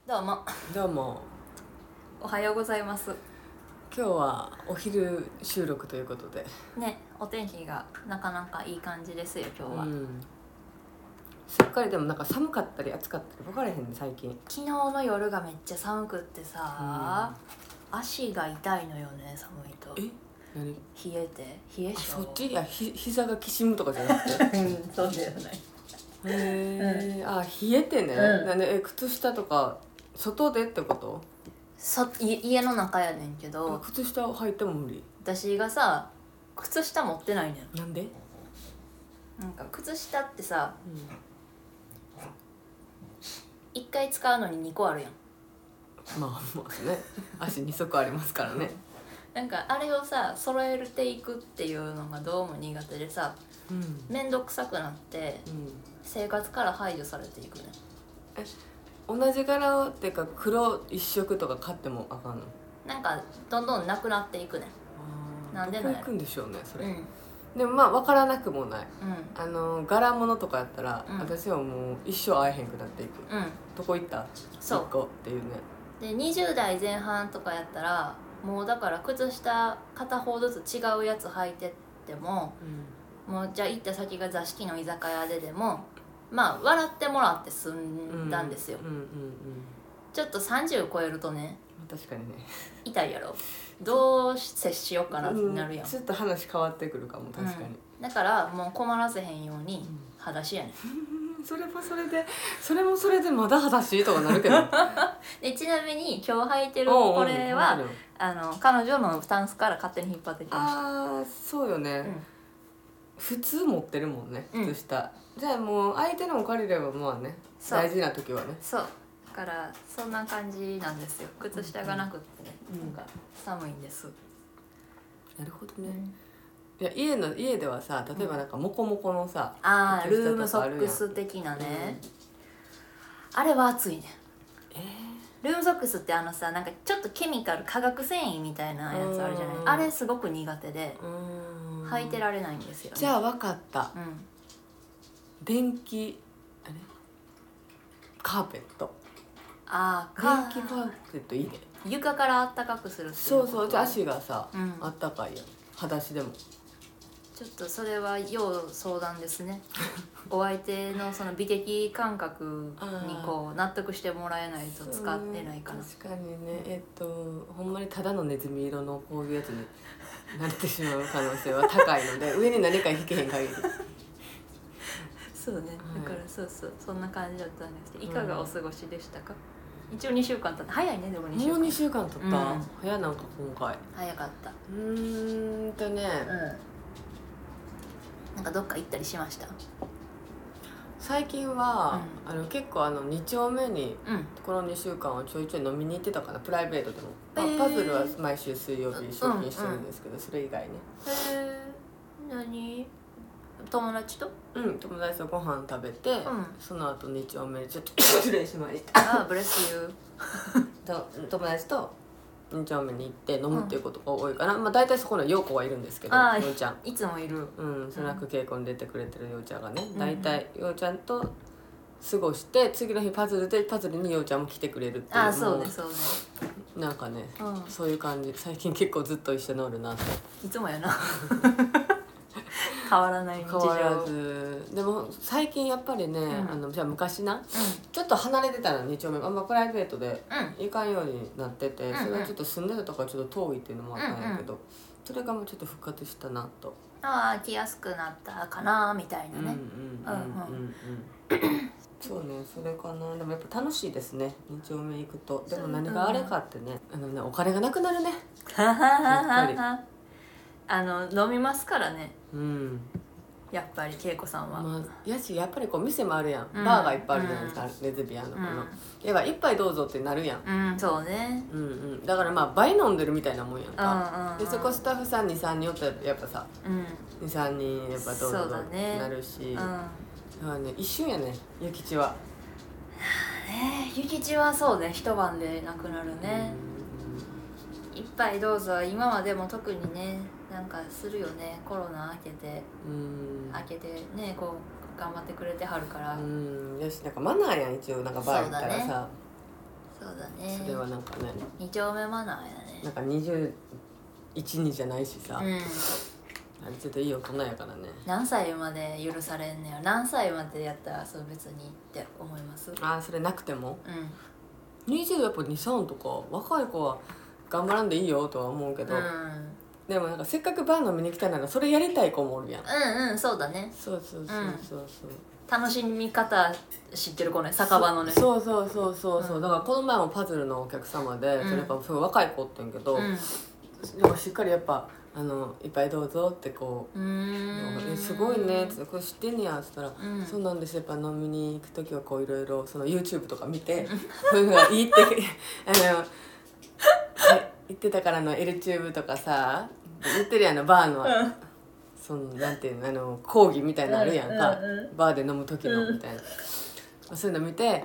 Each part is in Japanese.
どうもどうも。 おはようございます今日はお昼収録ということでね。お天気がなかなかいい感じですよ今日は、 すっかりでもなんか寒かったり暑かったり分からへんね最近。 昨日の夜がめっちゃ寒くってさ、足が痛いのよね、寒いと。 何？ 冷え性。 そっち？いや膝がきしむとかじゃなくてそうじゃない。 へえ、冷えてね、なんで靴下とか外でってこと？ 家の中やねんけど、 靴下履いても無理？ 私がさ靴下持ってないねん。 なんで？ なんか靴下ってさ、1回使うのに2個あるやん。 まあね、足2足ありますからねなんかあれをさ揃えていくっていうのがどうも苦手でさ、面倒くさくなって、生活から排除されていくね。 同じ柄っていうか黒一色とか買ってもあかんの？ なんかどんどんなくなっていくね。なんでなんやろ。 どこ行くんでしょうねそれ、でもまあ分からなくもない、柄物とかやったら、私はもう一生会えへんくなっていく、どこ行ったそう 1個っていうね。 で20代前半とかやったらもうだから靴下片方ずつ違うやつ履いてっても、もうじゃあ行った先が座敷の居酒屋でもまあ笑ってもらって済んだんですよ。ちょっと30超えるとね、 確かにね痛いやろ。どう接しようかなってなるやん、 ちょっと話変わってくるかも確かに、 だからもう困らせへんように裸足やねんそれもそれでまだ裸足とかなるけどでちなみに今日履いてるこれは彼女のタンスから勝手に引っ張ってきました。 そうよね、普通持ってるもんね靴下、じゃあもう相手のも借りればまあね、大事な時はね。 そうだからそんな感じなんですよ。靴下がなくってね、なんか寒いんです。 なるほどね、いや家ではさ、例えばなんかモコモコのさ、 ルームソックス的なね、あれは暑いね。ルームソックスってさなんかちょっとケミカル化学繊維みたいなやつあるじゃない。あれすごく苦手で履いてられないんですよね。 じゃあ分かった、電気カーペット。電気カーペットいいね。 床からあったかくするっていう。 そうじゃあ足がさ、あったかいやん、裸足でも。 ちょっとそれは要相談ですねお相手のその美的感覚にこう納得してもらえないと使ってないかな。 確かにね、ほんまにただのネズミ色のこういうやつに慣れてしまう可能性は高いので上に何か引けへん限りそうね、だからそうそんな感じだったんですけど、いかがお過ごしでしたか？一応2週間経って早いね。でも2週間もう2週間経った、早なんか今回早かった。なんかどっか行ったりしました？ 最近は、結構2丁目に、この2週間はちょいちょい飲みに行ってたかな、プライベートでも、パズルは毎週水曜日出勤してるんですけど、それ以外ね。 何？友達と？ 友達とご飯食べて、その後2丁目ちょっと失礼しましたブレスユー友達と2丁目に行って飲むっていうことが多いかな。まあ大体そこの陽子はいるんですけど、ようちゃんいつもいる、 スナック稽古に出てくれてるようちゃんがね、大体ようちゃんと過ごして、次の日パズルにようちゃんも来てくれるっていう。 そうねなんかね、そういう感じ。最近結構ずっと一緒におるなって。 いつもやな変わらない日常。 変わらず。でも最近やっぱりね、じゃあ昔な、ちょっと離れてたの2丁目、あんまプライベートで行かんようになってて、それはちょっと住んでたとかちょっと遠いっていうのもあったんやけど、それがもうちょっと復活したなと。 来やすくなったかなみたいなね。 そうね、それかな。でもやっぱ楽しいですね、2丁目行くと。でも何があれかってね、お金がなくなるねやっぱり飲みますからね、やっぱり恵子さんは。 やし、やっぱりこう店もあるやん、バーがいっぱいあるじゃないですか、レズビアンのこの、やっぱ一杯どうぞってなるやん。 そうね。 だからまあ倍飲んでるみたいなもんやんか。でそこスタッフさん 2,3 人おったらやっぱさ、2,3 人やっぱどうぞってなるし、だからね、一瞬やね、諭吉は。 諭吉はそうね、一晩で亡くなるね。一杯どうぞは今はでも特にね、なんかするよね。コロナ明けてね、こう頑張ってくれてはるから。 よし、なんかマナーやん一応、なんかバー行ったらさ、 そそうだね。 それはなんかね二丁目マナーやね。 なんか21、2じゃないしさ、 うん、 あれちょっといい大人やからね。 何歳まで許されんねや。何歳までやったらそう別にって思います？ ああそれなくてもうん 20やっぱ2、3とか若い子は頑張らんでいいよとは思うけど、 うんでもなんかせっかくバー飲みに来たならそれやりたい子もおるやん。 うんうん、そうだね。 そうそうそうそうそう、 楽しみ方知ってる子ね、酒場のね。 そうそうそうそうそう、 うんだからこの前もパズルのお客様で、それやっぱすごい若い子ってんけど、 うんでもしっかりやっぱいっぱいどうぞってこうすごいね」っつって「これ知ってんねや」っつったら「そうなんですやっぱ飲みに行く時はこういろいろその YouTube とか見てそういうのがいいって言ってたからL チューブとかさ言ってるやんバーの、そのなんていうの講義みたいなのあるやんか、バーで飲む時のみたいな、そういうの見て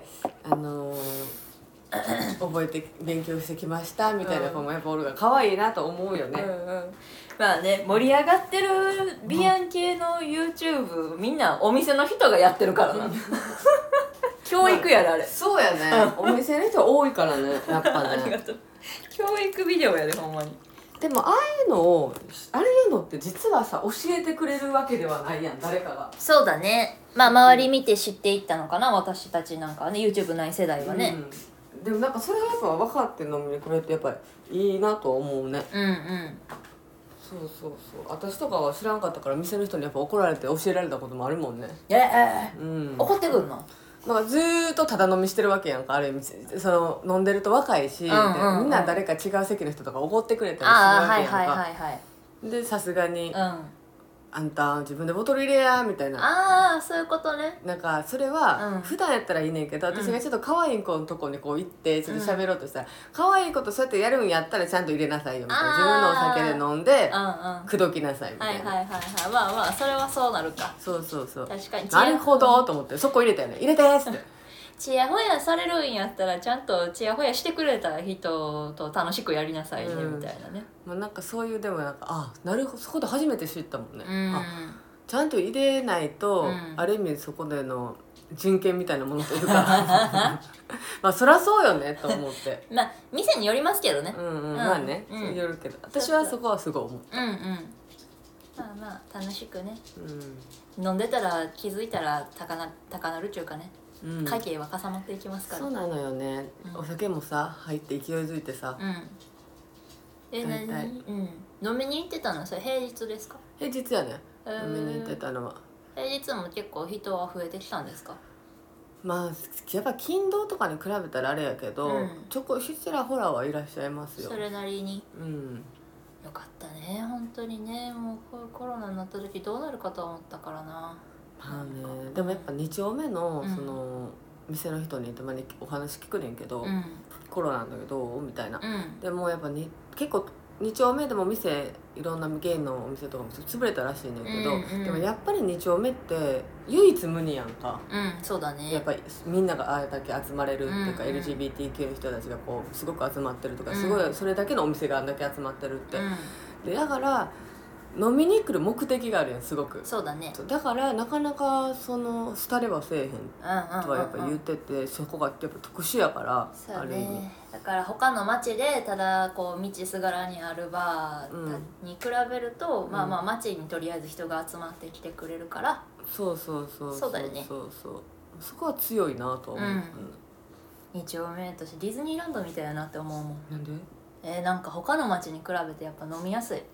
覚えて勉強してきましたみたいな子もやっぱおるが可愛いなと思うよね。 まあね、盛り上がってるビアン系の YouTube みんなお店の人がやってるからな教育やであれ、 そうやねお店の人多いからねやっぱありがねとう。教育ビデオやでほんまに。 でもああいうのって実はさ教えてくれるわけではないやん誰かが。 そうだね。まあ周り見て知っていったのかな、私たちなんかはね YouTube ない世代はね。 でもなんかそれがやっぱ分かって飲みに来れてやっぱりいいなと思うね。 うんうん。 そうそうそう、私とかは知らんかったから店の人にやっぱ怒られて教えられたこともあるもんね。 怒ってくんの？ なんかずーっとただ飲みしてるわけやんか、ある意味その飲んでると若いし、みんな誰か違う席の人とかおごってくれたりするわけやんか。でさすがに、あんた自分でボトル入れやみたいな。 ああそういうことね。 なんかそれは普段やったらいいねんけど、私がちょっと可愛い子のとこにこう行ってちょっと喋ろうとしたら、可愛い子とそうやってやるんやったらちゃんと入れなさいよみたいな、自分のお酒で飲んで口説きなさいみたいな。 まあまあそれはそうなるか。 そうそうそう、 確かになるほどと思ってそこ入れたよね、入れてーってチヤホヤされるんやったらちゃんとチヤホヤしてくれた人と楽しくやりなさいね、みたいなね。 まあなんかそういうでもなんかなるほど、そこで初めて知ったもんね。 あちゃんと入れないと、ある意味そこでの人権みたいなものというかまあそりゃそうよねと思ってまあ店によりますけどね。 まあね、よるけど私はそこはすごい思った。 まあまあ楽しくね、飲んでたら気づいたら高なるっちゅうかね、会計は重なっていきますから。 そうなのよね、お酒もさ入って勢いづいてさ、 飲みに行ってたのはそれ平日ですか？ 平日やね、飲みに行ってたのは。 平日も結構人は増えてきたんですか？ まあやっぱ勤労とかに比べたらあれやけど、ちょらほらはいらっしゃいますよ。 それなりに。よかったね本当にね。もうこういうコロナになった時どうなるかと思ったからな。 まあね、でもやっぱ2丁目のその店の人にたまにお話聞くねんけど、コロナだけどみたいな、でもやっぱ結構2丁目でも店いろんなゲイのお店とかも潰れたらしいねんけど、でもやっぱり2丁目って唯一無二やんか。 そうだね。 やっぱりみんながあれだけ集まれるっていうか、LGBTQ の人たちがこうすごく集まってるとか、すごいそれだけのお店があんだけ集まってるって、でだから飲みに来る目的があるやんすごく。 そうだね。 だからなかなかその廃れはせえへんとはやっぱ言ってて、そこがやっぱ特殊やから、ある意味だから他の町でただこう道すがらにあるバーに比べると、まあまあ町にとりあえず人が集まってきてくれるから、 そうだよね。 そこは強いなと思う。 2丁目私ディズニーランドみたいやなって思うもん。 なんで？ なんか他の町に比べてやっぱ飲みやすい。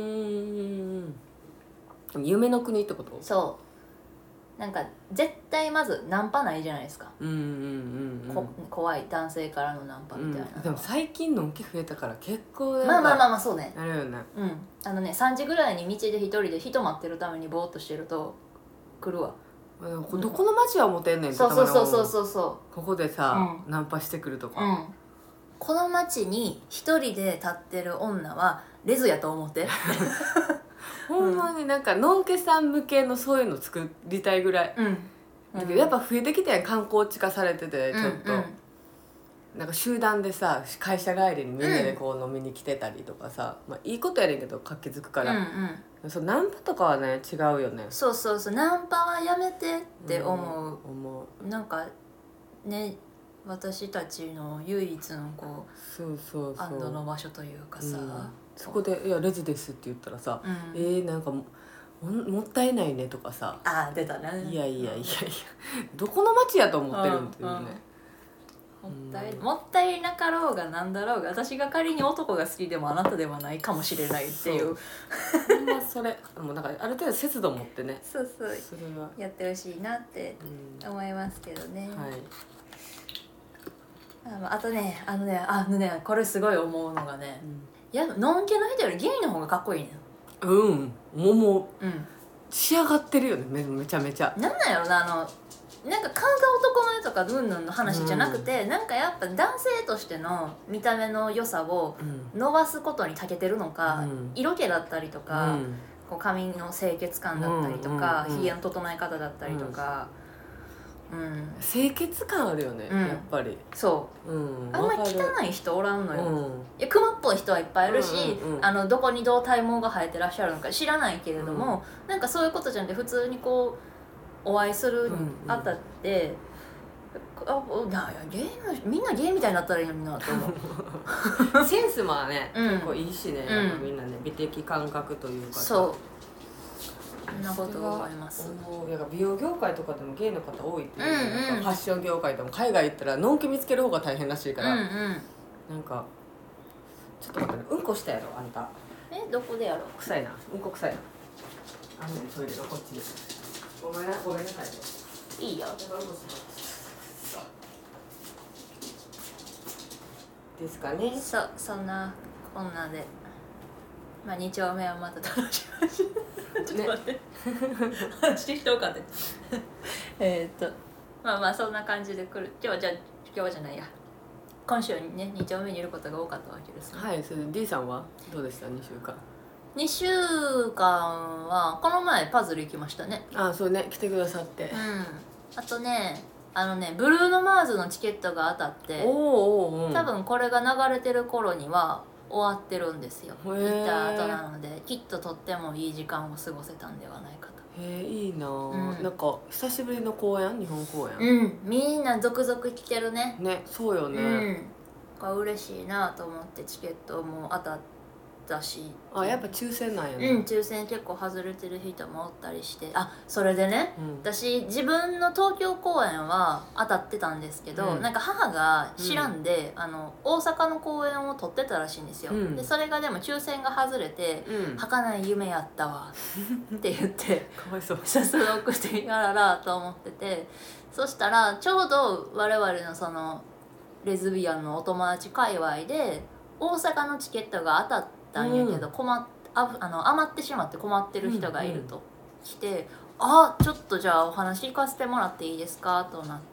夢の国ってこと？ そうなんか絶対まずナンパないじゃないですか。怖い男性からのナンパみたいな、 でも最近のんき増えたから結構まあそうね。 あれよね。 3時ぐらいに道で一人で人待ってるためにボーっとしてると来るわ。 どこの町はモテんねんって。 そうここでさ、ナンパしてくるとか、 この町に一人で立ってる女はレズやと思ってほんまになんかのんけさん向けのそういうの作りたいぐらい、だけどやっぱ増えてきたやん、観光地化されててちょっと、なんか集団でさ会社帰りにみんなでこう飲みに来てたりとかさ、まあいいことやねんけど活気づくから、そうナンパとかはね違うよね。 そうナンパはやめてって思う。なんかね私たちの唯一のこそうそうそう安堵の場所というかさ、 そこで「いやレズです」って言ったらさ「なんかもったいないね」とかさ出たね。 いやどこの町やと思ってるんっていうね、 もったいなかろうがなんだろうが、私が仮に男が好きでもあなたではないかもしれないっていう、 ほんまそれもうなんかある程度節度持ってね、 そうそれはやってほしいなって思いますけどね。あとねこれすごい思うのがね、のんけの人よりゲイの方がかっこいいねん。 もう仕上がってるよね、めちゃめちゃ。 なんなんやろな、なんか勘が男の絵とかうんぬんの話じゃなくて、なんかやっぱ男性としての見た目の良さを伸ばすことに長けてるのか、色気だったりとか、こう髪の清潔感だったりとか、ひげの整え方だったりとか、 清潔感あるよね、やっぱり。 そう、あんまり汚い人おらんのよ。いやクマっぽい人はいっぱいいるし、どこにどう体毛が生えてらっしゃるのか知らないけれども、なんかそういうことじゃなくて普通にこうお会いするにあたって、みんなゲイみたいになったらいいのになと思う。 センスもね、結構いいしね、みんなね、美的感覚というか。 そうそんなことが思います。 美容業界とかでもゲイの方多いっていう、ファッション業界でも海外行ったらのんけ見つける方が大変らしいから、なんかちょっと待ってね、うんこしたやろあんた。 どこでやろう。 臭いな、うんこ臭いな。あんねんトイレのこっちに。ごめんなさい。いいよ。 ですかね。 そんなこんなで、2丁目はまた楽しみましょう。ちょっと待って、話しておかってそんな感じで来る。今日じゃないや、今週にね2丁目にいることが多かったわけですね。 はい。それで D さんはどうでした？2週間。 2週間はこの前パズル行きましたね。 そうね、来てくださって。 あとね、ブルーノ・マーズのチケットが当たって、多分これが流れてる頃には終わってるんですよ。行った後なので、きっととってもいい時間を過ごせたんではないかと。 いいな、なんか久しぶりの公演、日本公演。 みんな続々来てるね。 そうよね。 嬉しいなと思って、チケットも当たったし。 やっぱ抽選なんやね。 抽選結構外れてる人もおったりして、それでね、私自分の東京公演は当たってたんですけど、なんか母が知らんで、大阪の公演を取ってたらしいんですよ。でそれがでも抽選が外れて「儚い夢やったわ」って言ってかわいそう。 さすが送ってやららと思ってて、そしたらちょうど我々のそのレズビアンのお友達界隈で大阪のチケットが当たったんやけど、余ってしまって困ってる人がいると来て、ちょっとじゃあお話行かせてもらっていいですかとなって、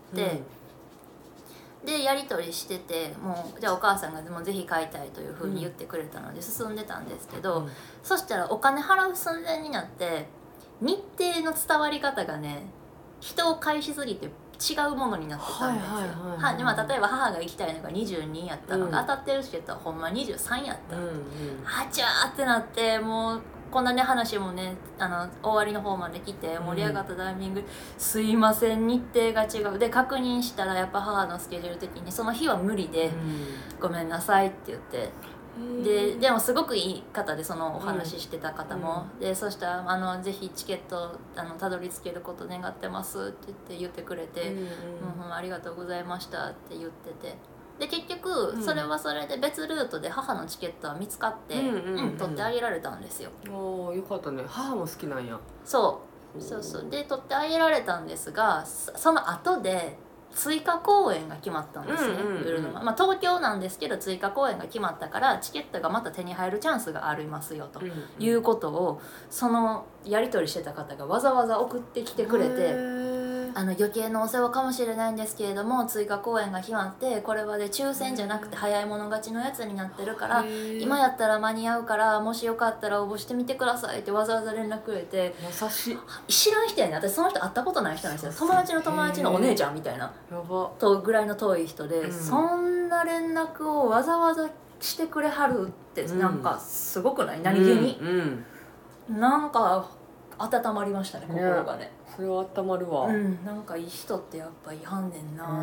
でやり取りしてて、もうじゃあお母さんがもうぜひ買いたいというふうに言ってくれたので進んでたんですけど、そしたらお金払う寸前になって日程の伝わり方がね、人を介しすぎて違うものになってたんですよ。例えば母が行きたいのが22やったのが、当たってるチケットはほんま23やった、ちゃーってなって、もうこんなね話もね終わりの方まで来て盛り上がったタイミング、すいません日程が違うで確認したら、やっぱ母のスケジュール的にその日は無理で、ごめんなさいって言って。でもすごくいい方で、そのお話ししてた方も、でそしたらぜひチケットたどり着けること願ってますって言ってくれて、ありがとうございましたって言ってて、で結局それはそれで別ルートで母のチケットは見つかって取ってあげられたんですよ。 よかったね。母も好きなんや。 そうで取ってあげられたんですが、その後で追加公演が決まったんですね。東京なんですけど追加公演が決まったから、チケットがまた手に入るチャンスがありますよということを、そのやり取りしてた方がわざわざ送ってきてくれて、余計なお世話かもしれないんですけれども、追加公演が決まって、これはで抽選じゃなくて早い者勝ちのやつになってるから、今やったら間に合うから、もしよかったら応募してみてくださいってわざわざ連絡くれて。 優しい。 知らん人やね。私その人会ったことない人なんですよ。友達の友達のお姉ちゃんみたいなとぐらいの遠い人で、そんな連絡をわざわざしてくれはるって、なんかすごくない？何気に、なんか温まりましたね、心がね。 それは温まるわ。 なんかいい人ってやっぱいはんねんなと思って、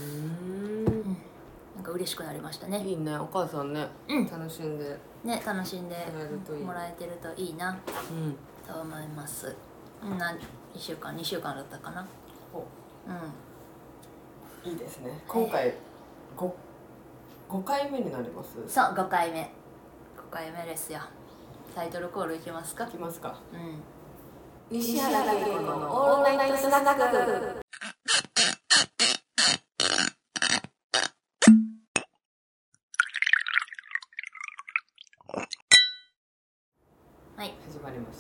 なんか嬉しくなりましたね。 いいね、お母さんね、楽しんでね、楽しんでもらえてるといいなと思います。1週間2週間だったかな。 いいですね。今回5回目になります。 そう、5回目ですよ。タイトルコールいきますか。 いきますか。 西原恵子のオールナイトスナック。はい、 始まりました。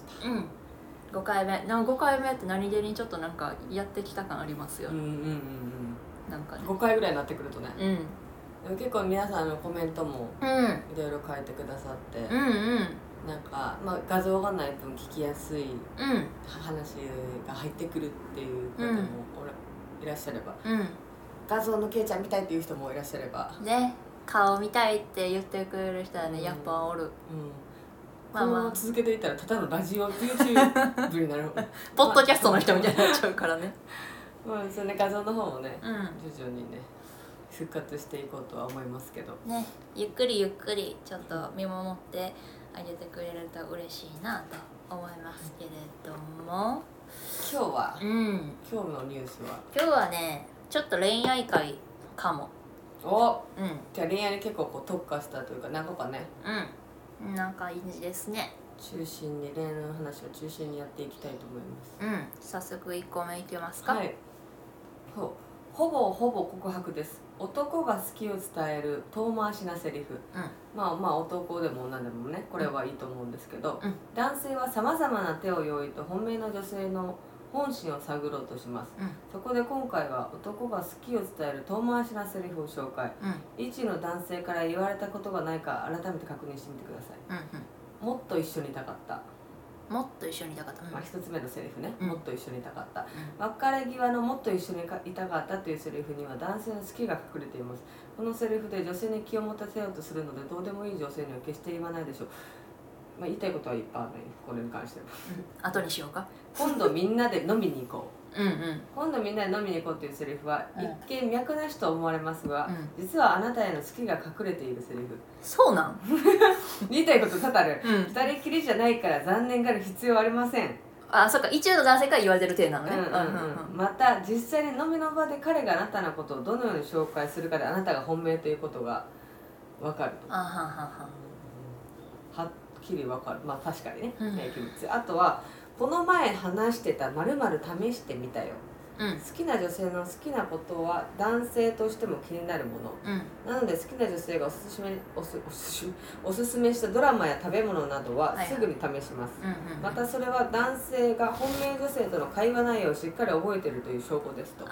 5回目。5回目って何気にちょっとなんかやってきた感ありますよね。なんかね、 5回ぐらいになってくるとね。でも結構皆さんのコメントもいろいろ書いてくださって、なんか、画像がない分聞きやすい話が入ってくるっていう方もいらっしゃれば、画像のけいちゃん見たいっていう人もいらっしゃればね、顔見たいって言ってくれる人はね、やっぱおる。 このまま続けていったらただのラジオ YouTube になるポッドキャストの人みたいになっちゃうからね。 それね、画像の方もね、徐々にね復活していこうとは思いますけどね、ゆっくりちょっと見守ってあげてくれると嬉しいなと思いますけれども、 今日は、今日のニュースは今日はね、ちょっと恋愛会かも。 じゃあ恋愛に結構特化したというか、何個かね、 なんかいいですね。 中心に恋愛の話を中心にやっていきたいと思います。早速1個目いきますか。 はい。ほぼ告白です。男が好きを伝える遠回しなセリフ。男でも何でもね、これはいいと思うんですけど、男性はさまざまな手を用意と本命の女性の本心を探ろうとします。そこで今回は男が好きを伝える遠回しなセリフを紹介。一の男性から言われたことがないか改めて確認してみてください。もっと一緒にいたかった。 もっと一緒にいたかった。 一つ目のセリフね、もっと一緒にいたかった。別れ際のもっと一緒にいたかったというセリフには男性の好きが隠れています。このセリフで女性に気を持たせようとするので、どうでもいい女性には決して言わないでしょう。言いたいことはいっぱいあるね、これに関しては。 後にしようか。 今度みんなで飲みに行こう。今度みんなで飲みに行こうというセリフは、一見脈なしと思われますが、実はあなたへの好きが隠れているセリフ。 そうなん？ 言いたいこと多々ある。二人きりじゃないから残念がる必要はありません。 そっか、一応の男性から言われてる体なのね。 また実際に飲みの場で彼があなたのことをどのように紹介するかで、あなたが本命ということが分かると。はっきり分かる。確かにね。あとは、この前話してた〇〇試してみたよ。好きな女性の好きなことは男性としても気になるもの、なので好きな女性がおすすめしたドラマや食べ物などはすぐに試します。またそれは男性が本命女性との会話内容をしっかり覚えているという証拠ですと。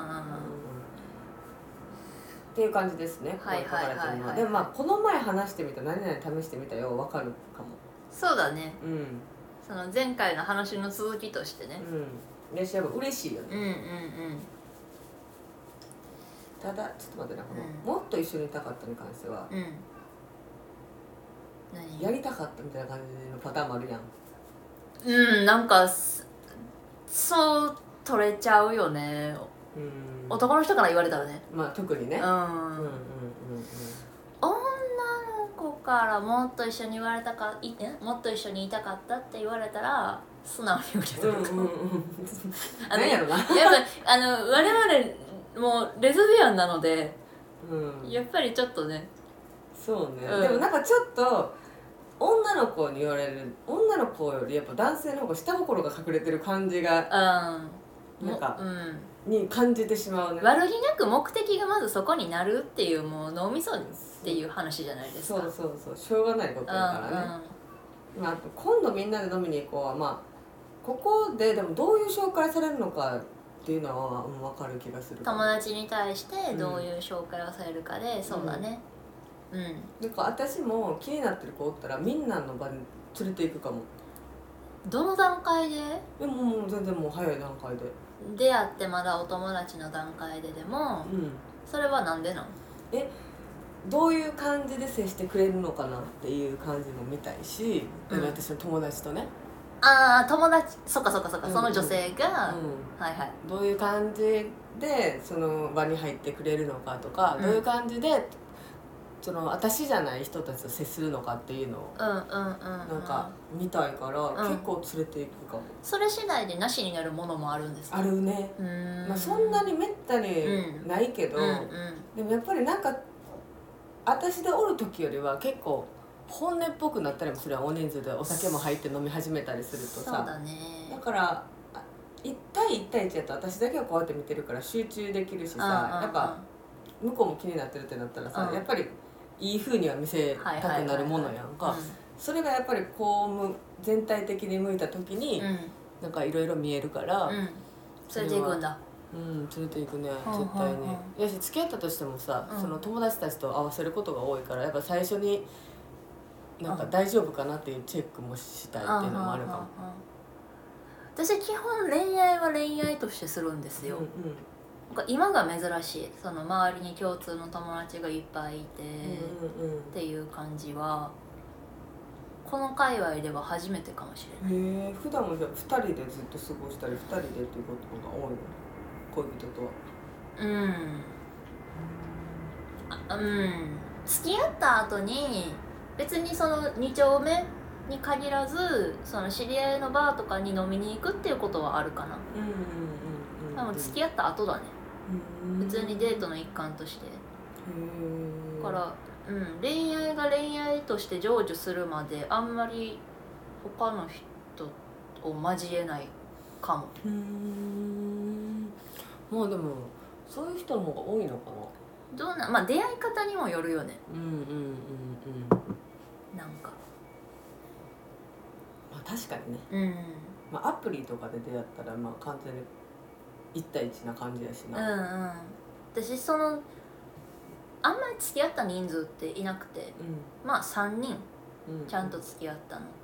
っていう感じですね。でもこの前話してみた、何々試してみたよ、分かるかも。 そうだね。その前回の話の続きとしてね。 嬉しいよね。ただちょっと待ってね、もっと一緒にいたかったに関しては、やりたかったみたいな感じのパターンもあるやん。 なんかそう取れちゃうよね。男の人から言われたらね。 特にね。 女の子からもっと一緒にもっと一緒にいたかったって言われたら素直に受け取るかも。 何やろな。 やっぱ我々もレズビアンなので、やっぱりちょっとね。 そうね。でもなんかちょっと女の子に言われる、女の子よりやっぱ男性の方が下心が隠れてる感じがなんかに感じてしまうね。 悪気なく目的がまずそこになるっていう、もう脳みそっていう話じゃないですか。 そうしょうがないことだからね。今度みんなで飲みに行こうはここででもどういう紹介されるのかっていうのは分かる気がする。 友達に対してどういう紹介をされるかで、そうだね。 だから私も気になってる子おったらみんなの場に連れて行くかも。 どの段階で？ でももう全然もう早い段階で出会ってまだお友達の段階ででも、それはなんでなん？ どういう感じで接してくれるのかなっていう感じも見たいし、私の友達とね。 ああ友達そっかそっかそっか、その女性が、はいはい、 どういう感じでその場に入ってくれるのかとか、どういう感じでその私じゃない人たちと接するのかっていうのをなんか見たいから、結構連れていくかも。 それ次第でなしになるものもあるんですか？ あるね。まあそんなにめったにないけど、でもやっぱりなんか私でおる時よりは結構本音っぽくなったりもするわ。大人数でお酒も入って飲み始めたりするとさ。 そうだね。 だから1対1対1やと私だけをこうやって見てるから集中できるしさ、やっぱ向こうも気になってるってなったらさ、やっぱりいい風には見せたくなるものやんか。それがやっぱりこう全体的に向いた時になんかいろいろ見えるから、 連れていくんだ。 連れていくね、絶対に。やし付き合ったとしてもさ、その友達たちと合わせることが多いから、やっぱ最初になんか大丈夫かなっていうチェックもしたいっていうのもあるかも。 私基本恋愛は恋愛としてするんですよ。今が珍しい、その周りに共通の友達がいっぱいいてっていう感じはこの界隈では初めてかもしれない。 へえ、普段はじゃあ2人でずっと過ごしたり2人でっていうことが多いの？恋人とは。 付き合った後に別にその2丁目に限らずその知り合いのバーとかに飲みに行くっていうことはあるかな。多分付き合った後だね。普通にデートの一環として。だから、恋愛が恋愛として成就するまであんまり他の人を交えないかも。 まあでもそういう人の方が多いのかな。 まあ出会い方にもよるよね。なんかまあ確かにね。まあアプリとかで出会ったらまあ完全に1対1な感じやしな。 私そのあんまり付き合った人数っていなくて、まあ3人ちゃんと付き合ったのって、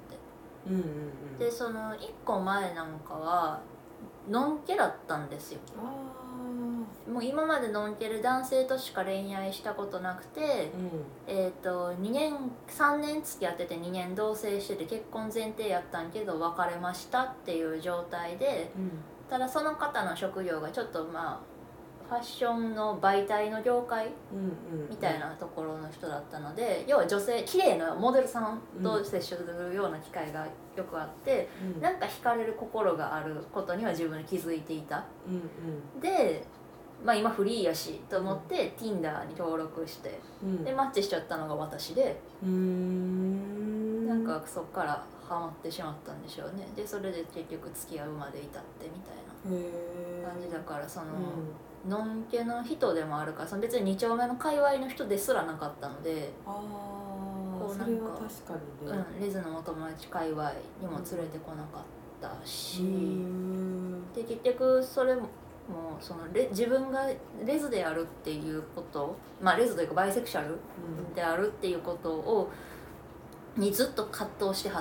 でその1個前なんかはノンケだったんですよ。もう今までノンケで男性としか恋愛したことなくて、2年3年付き合ってて2年同棲してて結婚前提やったんけど別れましたっていう状態で、ただその方の職業がちょっとまあファッションの媒体の業界みたいなところの人だったので、要は女性綺麗なモデルさんと接触するような機会がよくあって、なんか惹かれる心があることには自分で気づいていた。で、まあ、今フリーやしと思って Tinder に登録して、でマッチしちゃったのが私で、なんかそっからハマってしまったんでしょうね。でそれで結局付き合うまで至ってみたいな感じだから、その、のんけの人でもあるから、その別に2丁目の界隈の人ですらなかったので、 こうなんかそれは確かにね、 レズのお友達界隈にも連れてこなかったし、で結局それもその自分がレズであるっていうこと、まあレズというかバイセクシャルであるっていうことをにずっと葛藤してはって、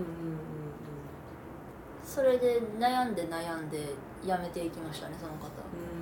それで悩んでやめていきましたね、その方。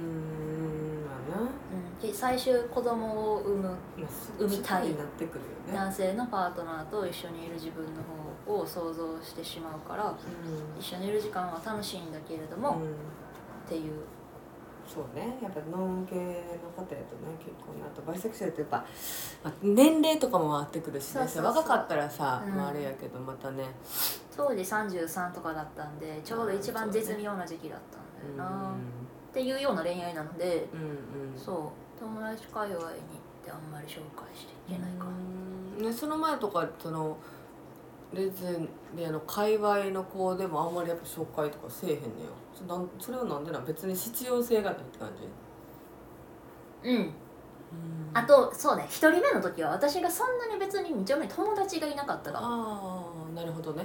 最終子供を産みたい男性のパートナーと一緒にいる自分の方を想像してしまうから、一緒にいる時間は楽しいんだけれども、っていう。 そうね、やっぱノン系の方やとね、結構あとバイセクシャルってやっぱ、年齢とかも回ってくるしね。若かったらさ、あれやけどまたね、 当時33とかだったんで、ちょうど一番絶妙な時期だったんだよな、っていうような恋愛なので、そう友達界隈に行ってあんまり紹介していけないかな。 その前とかそのレズビアの界隈の子でもあんまりやっぱ紹介とかせえへんねや。それはなんでなん？別に必要性がないって感じ？ あとそうね、1人目の時は私がそんなに別に2丁目に友達がいなかったから。 なるほどね。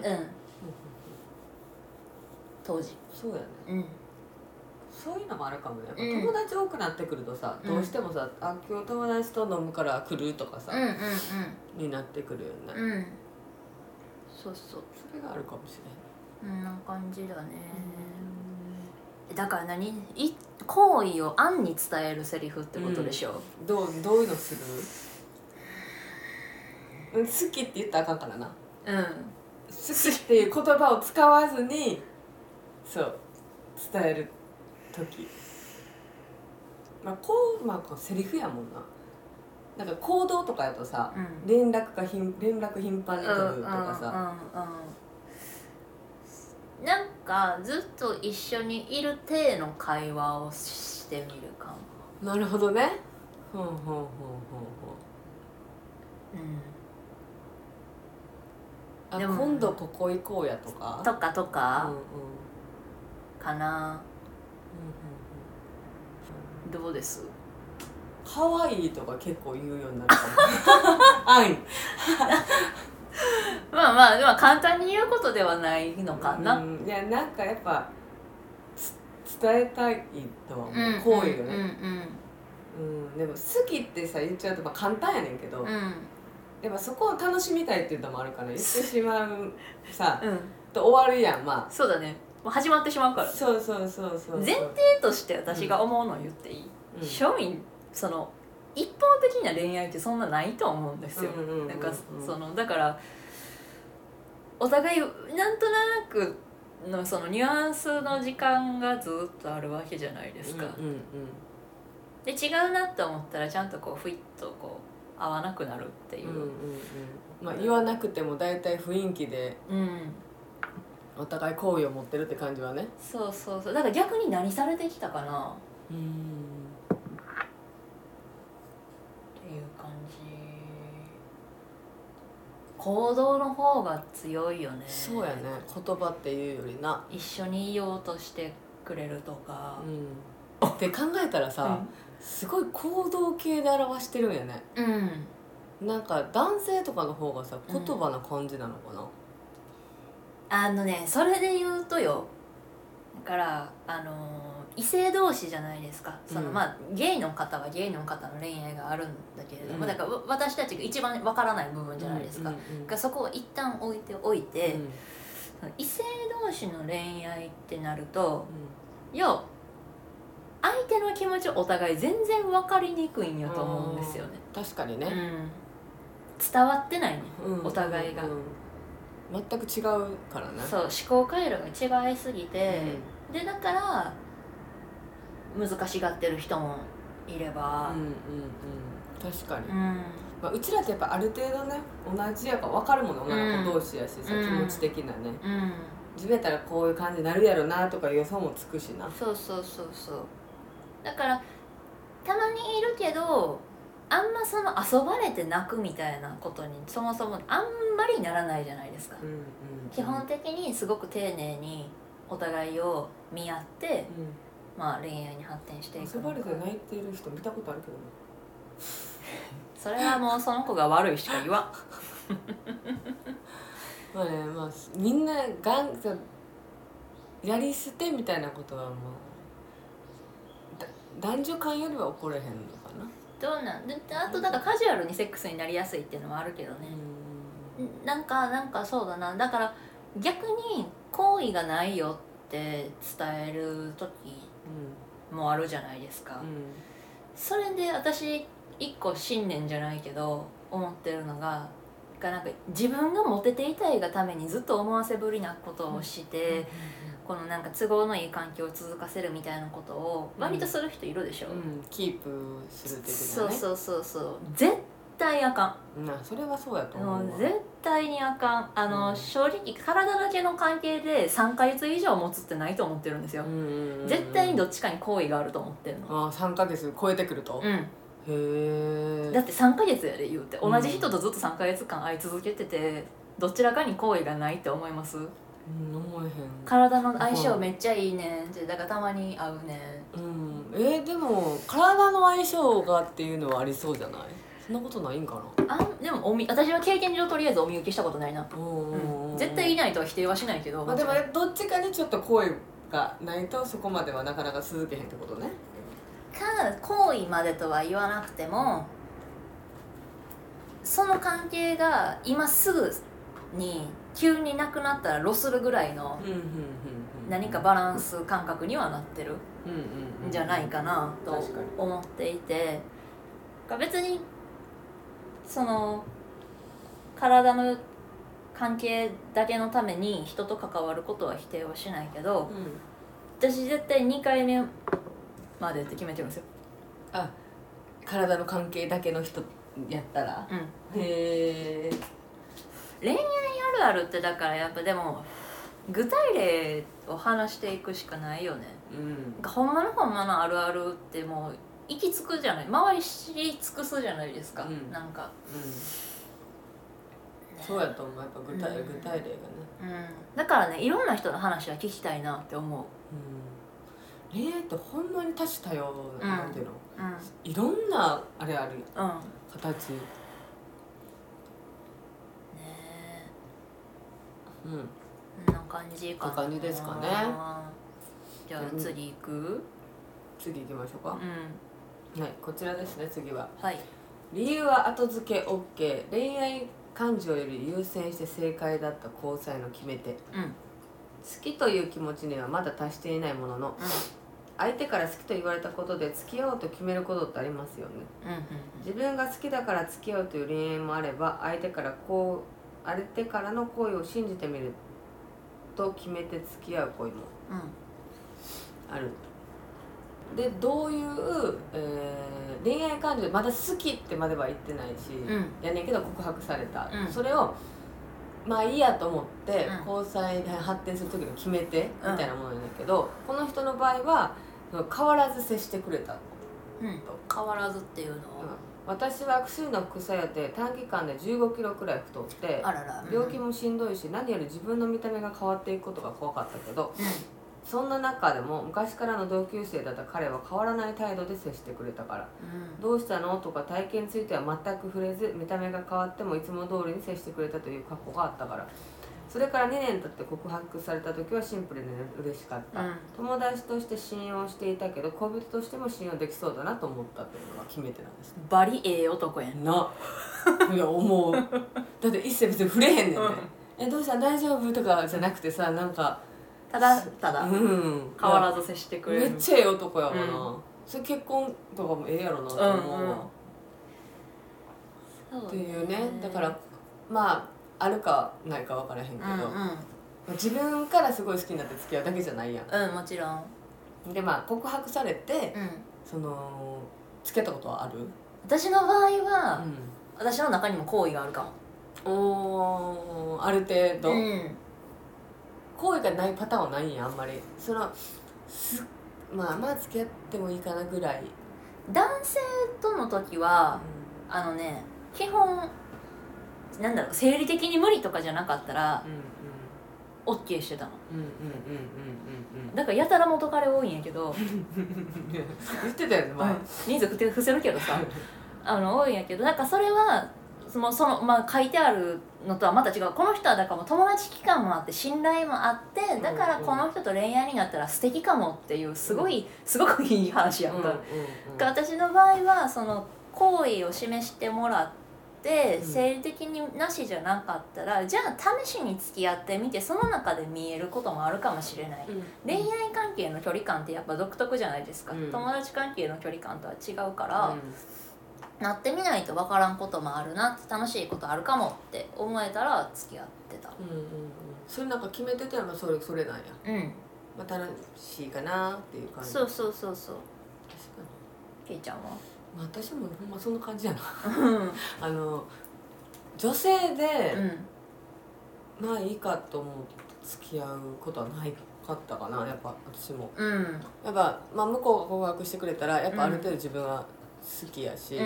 当時そうやね。そういうのもあるかもね。友達多くなってくるとさ、どうしてもさ、今日友達と飲むから来るとかさ、になってくるよね。 そうそう、 それがあるかもしれない。 な感じだね。だから好意を暗に伝えるセリフってことでしょ。 どういうのする？好きって言ったらあかんからな。好きっていう言葉を使わずにそう伝える時、まあこうセリフやもんな。なんか行動とかやとさ、連絡頻繁に取るとかさ、 なんかずっと一緒にいる体の会話をしてみるかも。 なるほどね。でも今度ここ行こうやとかかな。どうです？ 可愛いとか結構言うようになるかも。愛。 まあでも簡単に言うことではないのかな。 いやなんかやっぱ伝えたいとは思う、行為よね。でも好きってさ言っちゃうと簡単やねんけど、やっぱそこを楽しみたいっていうのもあるから言ってしまうさ、と終わるやん。まあそうだね、始まってしまうから。 そう前提として私が思うのを言っていい？庶民その一方的な恋愛ってそんなないと思うんですよ。なんかだからお互いなんとなくのそのニュアンスの時間がずっとあるわけじゃないですか。で違うなって思ったらちゃんとこうふいっとこう合わなくなるっていう。 言わなくても大体雰囲気で、お互い好意を持ってるって感じはね。 そうだから逆に何されてきたかなっていう感じ。行動の方が強いよね。 そうやね、言葉っていうよりな。 一緒にいようとしてくれるとか、 って考えたらさ、すごい行動系で表してるんやね。なんか男性とかの方がさ言葉な感じなのかな。 それで言うとよ、だから異性同士じゃないですか。ゲイの方はゲイの方の恋愛があるんだけれども、だから私たちが一番わからない部分じゃないですか。そこを一旦置いておいて、異性同士の恋愛ってなると、相手の気持ちをお互い全然分かりにくいんやと思うんですよね。 確かにね、 伝わってないね、お互いが。 全く違うからね。 そう、思考回路が違いすぎて、でだから難しがってる人もいれば、 確かに、うちらってやっぱある程度ね同じやから分かるもんね、女の子同士やしさ、気持ち的なね、自分やったらこういう感じになるやろなとか予想もつくしな。 そうだからたまにいるけど、あんまその遊ばれて泣くみたいなことにそもそもあんまりならないじゃないですか。基本的にすごく丁寧にお互いを見合って、恋愛に発展していく。 遊ばれて泣いてる人見たことあるけどね。 それはもうその子が悪いしか言わん。 みんなやり捨てみたいなことは男女間よりは起これへんのかな。 どうなんで、あとだからカジュアルにセックスになりやすいっていうのはあるけどね。なんかそうだな。だから逆に好意がないよって伝える時もあるじゃないですか。それで私一個信念じゃないけど思ってるのが、なんか自分がモテていたいがためにずっと思わせぶりなことをして、このなんか都合のいい環境を続かせるみたいなことを割とする人いるでしょ。 キープするっていうね。 そう絶対あかん。 それはそうやと思う。 絶対にあかん。正直体だけの関係で3ヶ月以上持つってないと思ってるんですよ。絶対にどっちかに好意があると思ってるの。 3ヶ月超えてくると。へえ。 だって3ヶ月やで言うて、同じ人とずっと3ヶ月間会い続けてて、どちらかに好意がないって思います？ 思えへん。 体の相性めっちゃいいねんって、だからたまに会うねん。でも体の相性がっていうのはありそうじゃない？そんなことないんかな。 でも私は経験上とりあえずお見受けしたことないな。絶対いないとは否定はしないけど、 でもどっちかにちょっと好意がないとそこまではなかなか続けへんってことね。 好意までとは言わなくても、その関係が今すぐに急になくなったらロスるぐらいの何かバランス感覚にはなってるんじゃないかなと思っていて、別にその体の関係だけのために人と関わることは否定はしないけど、私絶対2回目までって決めてるんですよ。 あ、体の関係だけの人やったら、へえ。 恋愛あるあるってだからやっぱでも具体例を話していくしかないよね。ほんまのあるあるってもう行き着くじゃない、周り知り尽くすじゃないですか、なんか、 そうやと思う。やっぱ具体例がね、 だからね、いろんな人の話は聞きたいなって思う。 恋愛ってほんまに多種多様なんていうの、いろんなあれあるやん、形ねえ。 こんな感じかな。 感じですかね。 じゃあ次行く？ 次行きましょうか。はい、こちらですね。次は、 はい、 理由は後付け OK、 恋愛感情より優先して正解だった交際の決め手、好きという気持ちにはまだ達していないものの、相手から好きと言われたことで付き合おうと決めることってありますよね。自分が好きだから付き合うという恋愛もあれば、相手からの恋を信じてみると決めて付き合う恋もある。で、どういう、恋愛感情でまだ好きってまでは言ってないし、やねんけど告白された、それをまあいいやと思って交際で発展する時の決め手みたいなものなんだけど、この人の場合は変わらず接してくれたと、 変わらずっていうのは、 私は薬の副作用で短期間で15キロくらい太って、病気もしんどいし、何より自分の見た目が変わっていくことが怖かったけど、そんな中でも昔からの同級生だった彼は変わらない態度で接してくれたから、どうしたのとか体型については全く触れず、見た目が変わってもいつも通りに接してくれたという過去があったから。それから2年経って告白された時はシンプルで嬉しかった、友達として信用していたけど恋人としても信用できそうだなと思ったというのが決め手なんです、 バリ男やんな。いや思う。だって一切別に触れへんねんね、どうした大丈夫とかじゃなくてさ、なんかただ変わらず接してくれる。 めっちゃええ男やわな、それ結婚とかもええやろなと思うわ、っていうね。だからまああるかないか分からへんけど、自分からすごい好きになって付き合うだけじゃないやん。 もちろん。 でまあ告白されて、その付き合ったことはある？ 私の場合は、私の中にも好意があるかも。ある程度、好意がないパターンはないんや。あんまりまあ付き合ってもいいかなぐらい。 男性との時は、基本なんだろう、生理的に無理とかじゃなかったら OK してたの。だからやたら元彼多いんやけど言ってたよね前、 人数伏せるけどさ多いんやけど、なんかそれは書いてあるのとはまた違う。この人はだからもう友達期間もあって信頼もあって、だからこの人と恋愛になったら素敵かもっていうすごくいい話やった。私の場合はその好意を示してもらって、生理的になしじゃなかったら、じゃあ試しに付き合ってみて、その中で見えることもあるかもしれない、恋愛関係の距離感ってやっぱ独特じゃないですか、友達関係の距離感とは違うから、なってみないと分からんこともあるなって、楽しいことあるかもって思えたら付き合ってた。 それなんか決めてたらそれなんや。まあ楽しいかなっていう感じ。そう確かに。けいちゃんは？ 私もほんまそんな感じやな女性で、まあいいかと思って付き合うことはないかったかな、やっぱ私も、やっぱ、まあ、向こうが告白してくれたらやっぱある程度自分は好きやし、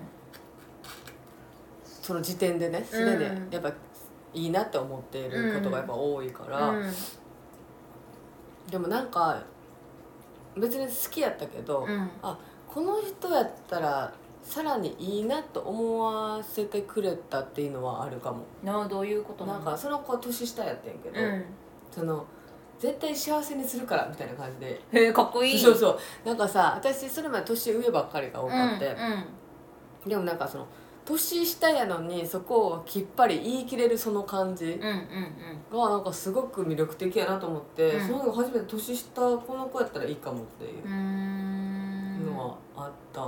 その時点でね、すでにやっぱいいなって思っていることがやっぱ多いから、でもなんか別に好きやったけど、この人やったらさらにいいなと思わせてくれたっていうのはあるかも。 どういうことなの？ なんかその子年下やってんけど、その絶対幸せにするからみたいな感じで。 へえ、かっこいい。 そうなんかさ、私それまで年上ばっかりが多かって、でもなんかその年下やのにそこをきっぱり言い切れるその感じがなんかすごく魅力的やなと思って、その初めて年下この子やったらいいかもっていうのはあった。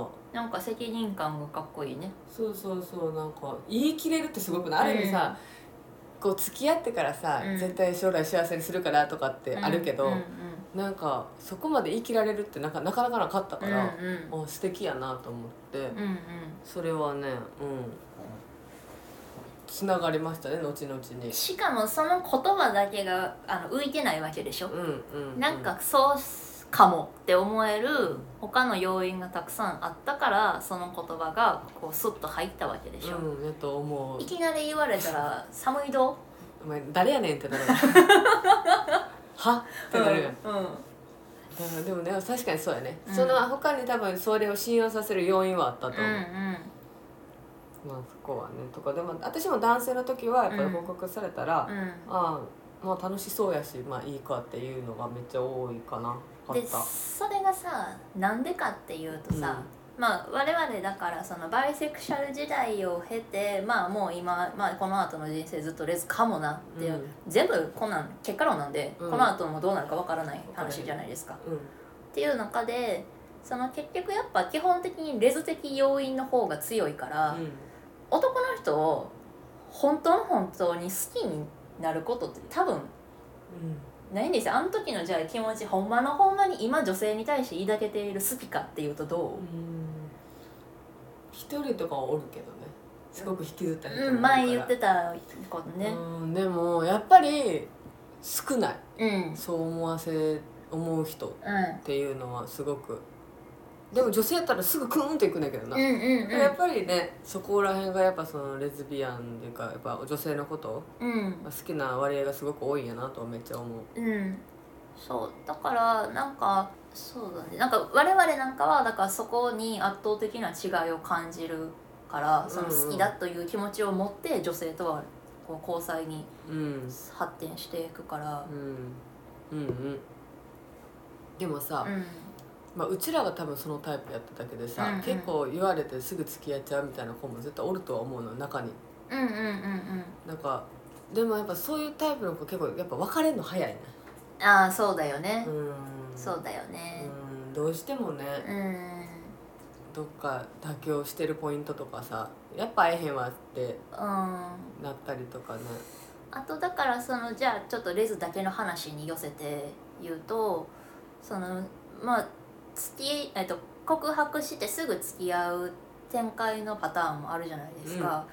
なんか責任感がかっこいいね。 そうなんか言い切れるってすごくない？ある意味さ、 こう付き合ってからさ、絶対将来幸せにするからとかってあるけど、なんかそこまで生きられるってなかなかなかったから、素敵やなと思って、それはね、つながりましたね、後々に。 しかもその言葉だけが浮いてないわけでしょ。なんかそうかもって思える他の要因がたくさんあったから、その言葉がこうスッと入ったわけでしょ。 やと思う。 いきなり言われたら寒いどお前誰やねんってなるはってなるやん。でもね、確かにそうやね、その他に多分それを信用させる要因はあったと思う。まあそこはねとか。でも私も男性の時はやっぱり報告されたら、まあ楽しそうやし、まあいいかっていうのがめっちゃ多いかな。 でそれがさ、なんでかっていうとさ、まあ我々だからそのバイセクシャル時代を経て、まあもう今、まあ、この後の人生ずっとレズかもなっていう、全部こんなん結果論なんで、この後もどうなるかわからない話じゃないですか。っていう中でその結局やっぱ基本的にレズ的要因の方が強いから、男の人を本当に好きになることって多分ないんですよ。あの時のじゃあ気持ちほんまに今女性に対して抱けている好きかっていうとどう？ 一人とかはおるけどね、すごく引きずった人もいるから、 前言ってたことね。 でもやっぱり少ない、そう思う人っていうのはすごく。でも女性やったらすぐクーンといくんだけどな、やっぱりねそこら辺がやっぱそのレズビアンっていうかやっぱ女性のことが好きな割合がすごく多いんやなとめっちゃ思う。 そうだからなんかそうだね、なんか我々なんかはだからそこに圧倒的な違いを感じるから、その好きだという気持ちを持って女性とはこう交際に発展していくから。 でもさ、うちらが多分そのタイプやっただけでさ、結構言われてすぐ付き合っちゃうみたいな子も絶対おるとは思うの、中に。なんかでもやっぱそういうタイプの子結構やっぱ別れるの早いね。 ああそうだよね。そうだよね。 どうしてもね、どっか妥協してるポイントとかさ、やっぱ会えへんわってなったりとかね。 あとだからそのじゃあちょっとレズだけの話に寄せて言うと、そのまあ告白してすぐ付き合う展開のパターンもあるじゃないですか。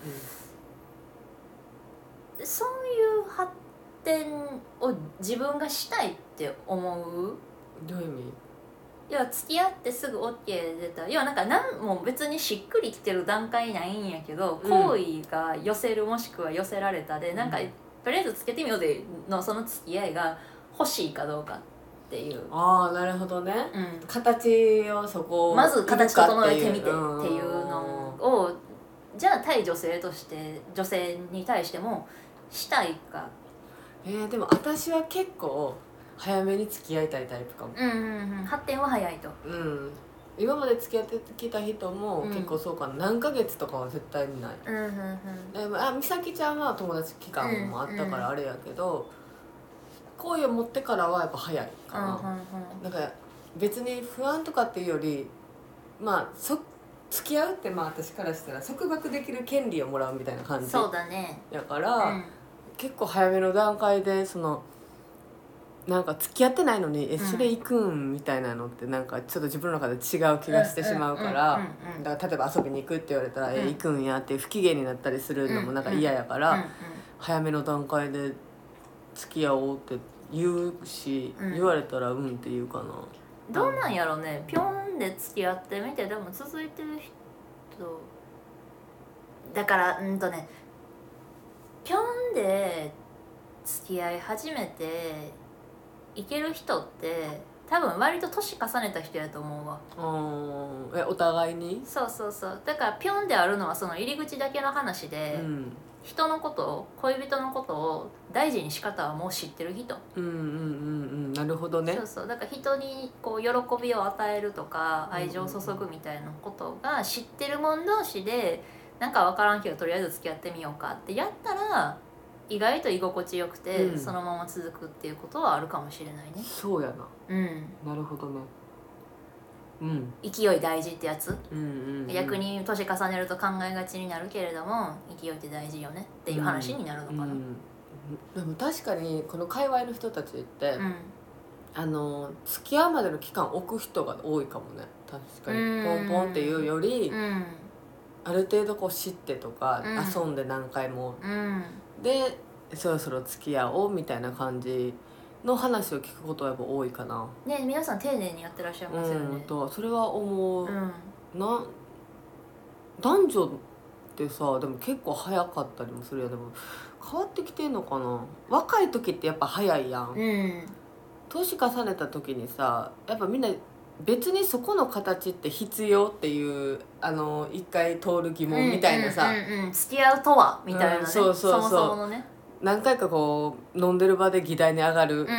そういう発展を自分がしたいって思う？ どういう意味？ いや付き合ってすぐ OK 出た、いやなんか何も別にしっくりきてる段階ないんやけど、好意が寄せるもしくは寄せられたで、なんかとりあえずつけてみようでのその付き合いが欲しいかどうかっていう。 ああなるほどね、形をそこをまず形整えてみてっていうのを、じゃあ対女性として女性に対してもしたいか。 でも私は結構早めに付き合いたいタイプかも。 発展は早いと。 今まで付き合ってきた人も結構そうかな、何ヶ月とかは絶対にない。美咲ちゃんは友達期間もあったからあれやけど、好意を持ってからはやっぱ早いかな。なんか別に不安とかっていうより、付き合うって私からしたら束縛できる権利をもらうみたいな感じ。 そうだね。 だから、結構早めの段階でそのなんか付き合ってないのにそれ行くんみたいなのってなんかちょっと自分の中で違う気がしてしまうから、だから例えば遊びに行くって言われたら行くんやって不機嫌になったりするのもなんか嫌やから、早めの段階で付き合おうって言うし、言われたらって言うかな。 どうなんやろね、ピョンで付き合ってみてでも続いてる人だからピョンで付き合い始めていける人って多分割と年重ねた人やと思うわ。 お互いに？ そうだからピョンであるのはその入り口だけの話で、人のことを恋人のことを大事に仕方はもう知ってる人。 なるほどね。 だから人にこう喜びを与えるとか愛情を注ぐみたいなことが知ってる者同士で、なんか分からんけどとりあえず付き合ってみようかってやったら意外と居心地よくて、そのまま続くっていうことはあるかもしれないね。 そうやな。なるほどね。 勢い大事ってやつ。逆に年重ねると考えがちになるけれども勢いって大事よねっていう話になるのかな。 でも確かにこの界隈の人たちって、 うん付き合うまでの期間置く人が多いかもね。確かにポンポンっていうより、 うんある程度こう知ってとか、 うん遊んで何回もうんでそろそろ付き合おうみたいな感じの話を聞くことはやっぱ多いかな。 ね、皆さん丁寧にやってらっしゃいますよね。 とそれは思う、 うん男女ってさでも結構早かったりもするよ。でも変わってきてんのかな。若い時ってやっぱ早いやん、 うん年重ねた時にさやっぱみんな別にそこの形って必要っていう一回通る疑問みたいなさ、 付き合うとはみたいなね、 そうそもそものね。 何回かこう飲んでる場で議題に上がる、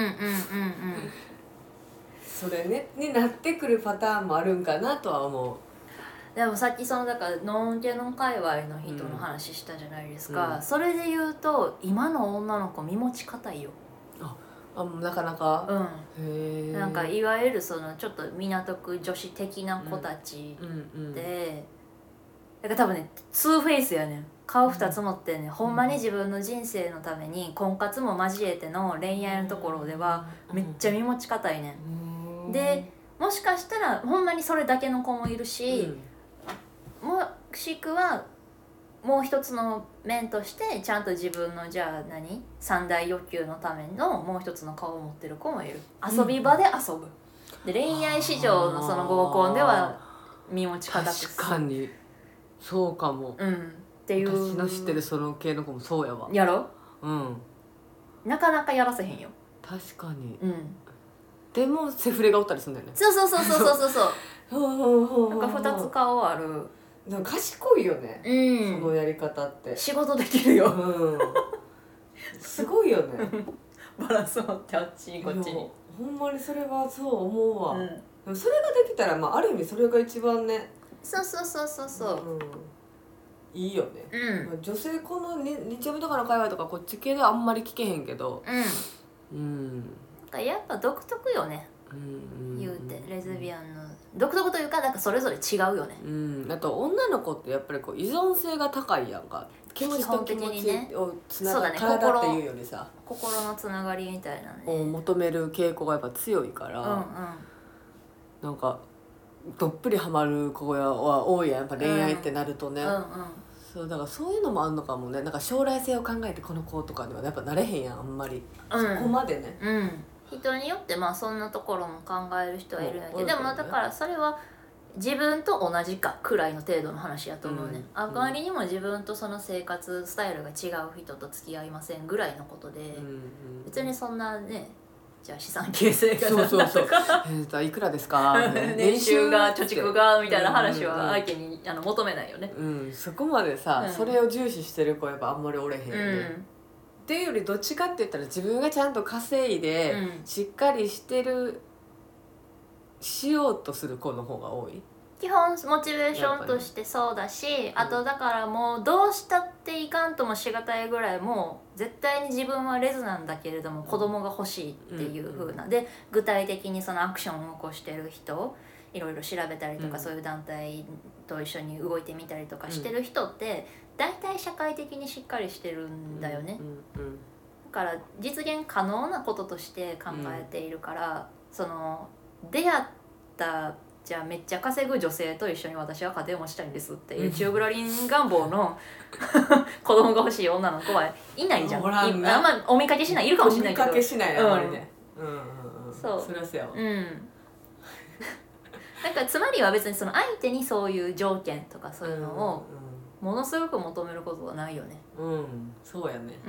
それねになってくるパターンもあるんかなとは思う。 でもさっきだからノンケの界隈の人の話したじゃないですか、それで言うと今の女の子身持ち硬いよ。 なかなか、 へなんかいわゆるちょっと港区女子的な子たちで、だから多分ねツーフェイスやねん。顔2つ持ってね、ほんまに自分の人生のために婚活も交えての恋愛のところではめっちゃ身持ち硬いねん。でもしかしたらほんまにそれだけの子もいるし、もしくはもう一つの面としてちゃんと自分の三大欲求のためのもう一つの顔を持ってる子もいる。遊び場で遊ぶ、で恋愛市場のその合コンでは身持ち固くする。 確かにそうかも、 っていう。 私の知ってるその系の子もそうやわ。 やろ、なかなかやらせへんよ。 確かに、でもセフレがおったりするんだよね。 そうなんか2つ顔ある。 でも賢いよね、そのやり方って仕事できるよ、 すごいよねバランスを持ってあっちにこっちに。 ほんまにそれはそう思うわ、でもそれができたら、ある意味それが一番ね、 そう、 いいよね、女性この日曜日とかの会話とかこっち系ではあんまり聞けへんけど、 なんかやっぱ独特よね、言うてレズビアンの独特というか、なんかそれぞれ違うよね。 あと女の子ってやっぱりこう依存性が高いやんか。気持ちと気持ちをつながる、体っていうよりさ心のつながりみたいなねを求める傾向がやっぱ強いから、なんかどっぷりハマる子は多いやん、やっぱ恋愛ってなるとね、そうだからそういうのもあんのかもね。なんか将来性を考えてこの子とかにはやっぱなれへんやん、あんまり、そこまでね、 人によってそんなところも考える人はいるんやけど、でもだからそれは自分と同じかくらいの程度の話やと思うね、あまりにも自分とその生活スタイルが違う人と付き合いませんぐらいのことで、別にそんなね、じゃあ資産形成がなんだとかいくらですか年収が貯蓄がみたいな話は相手に求めないよね、 そこまでさ、それを重視してる子やっぱあんまりおれへんよね、っていうよりどっちかって言ったら自分がちゃんと稼いで、しっかりしてるしようとする子の方が多い。 基本モチベーションとしてそうだし、あとだからもうどうしたっていかんともしがたいぐらい、もう絶対に自分はレズなんだけれども子供が欲しいっていう風な、で具体的にそのアクションを起こしてる人いろいろ調べたりとか、そういう団体と一緒に動いてみたりとかしてる人って大体社会的にしっかりしてるんだよね、だから実現可能なこととして考えているから、その出会ったじゃあめっちゃ稼ぐ女性と一緒に私は家庭を持ちたいんですっていう中ブラリン願望の子供が欲しい女の子はいないじゃん。あんまお見かけしない、いるかもしれないけど、 お見かけしないあまりね、 そうそれはそうやわ、 なんかつまりは別にその相手にそういう条件とかそういうのをものすごく求めることはないよね。 そうやね。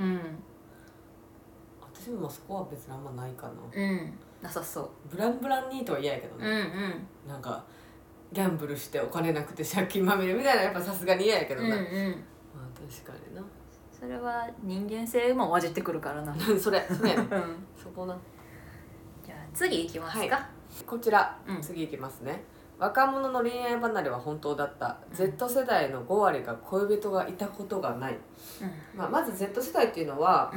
私もそこは別にあんまないかな。 なさそう。 ブランブランにとは嫌やけどね、なんかギャンブルしてお金なくて借金まみれみたいなやっぱさすがに嫌やけどな、確かにな。 それは人間性も混じってくるからなそれやね、そこな。 じゃあ次いきますか、 こちら、次いきますね。若者の恋愛離れは本当だった、Z 世代の5割が恋人がいたことがない、まず Z 世代っていうのは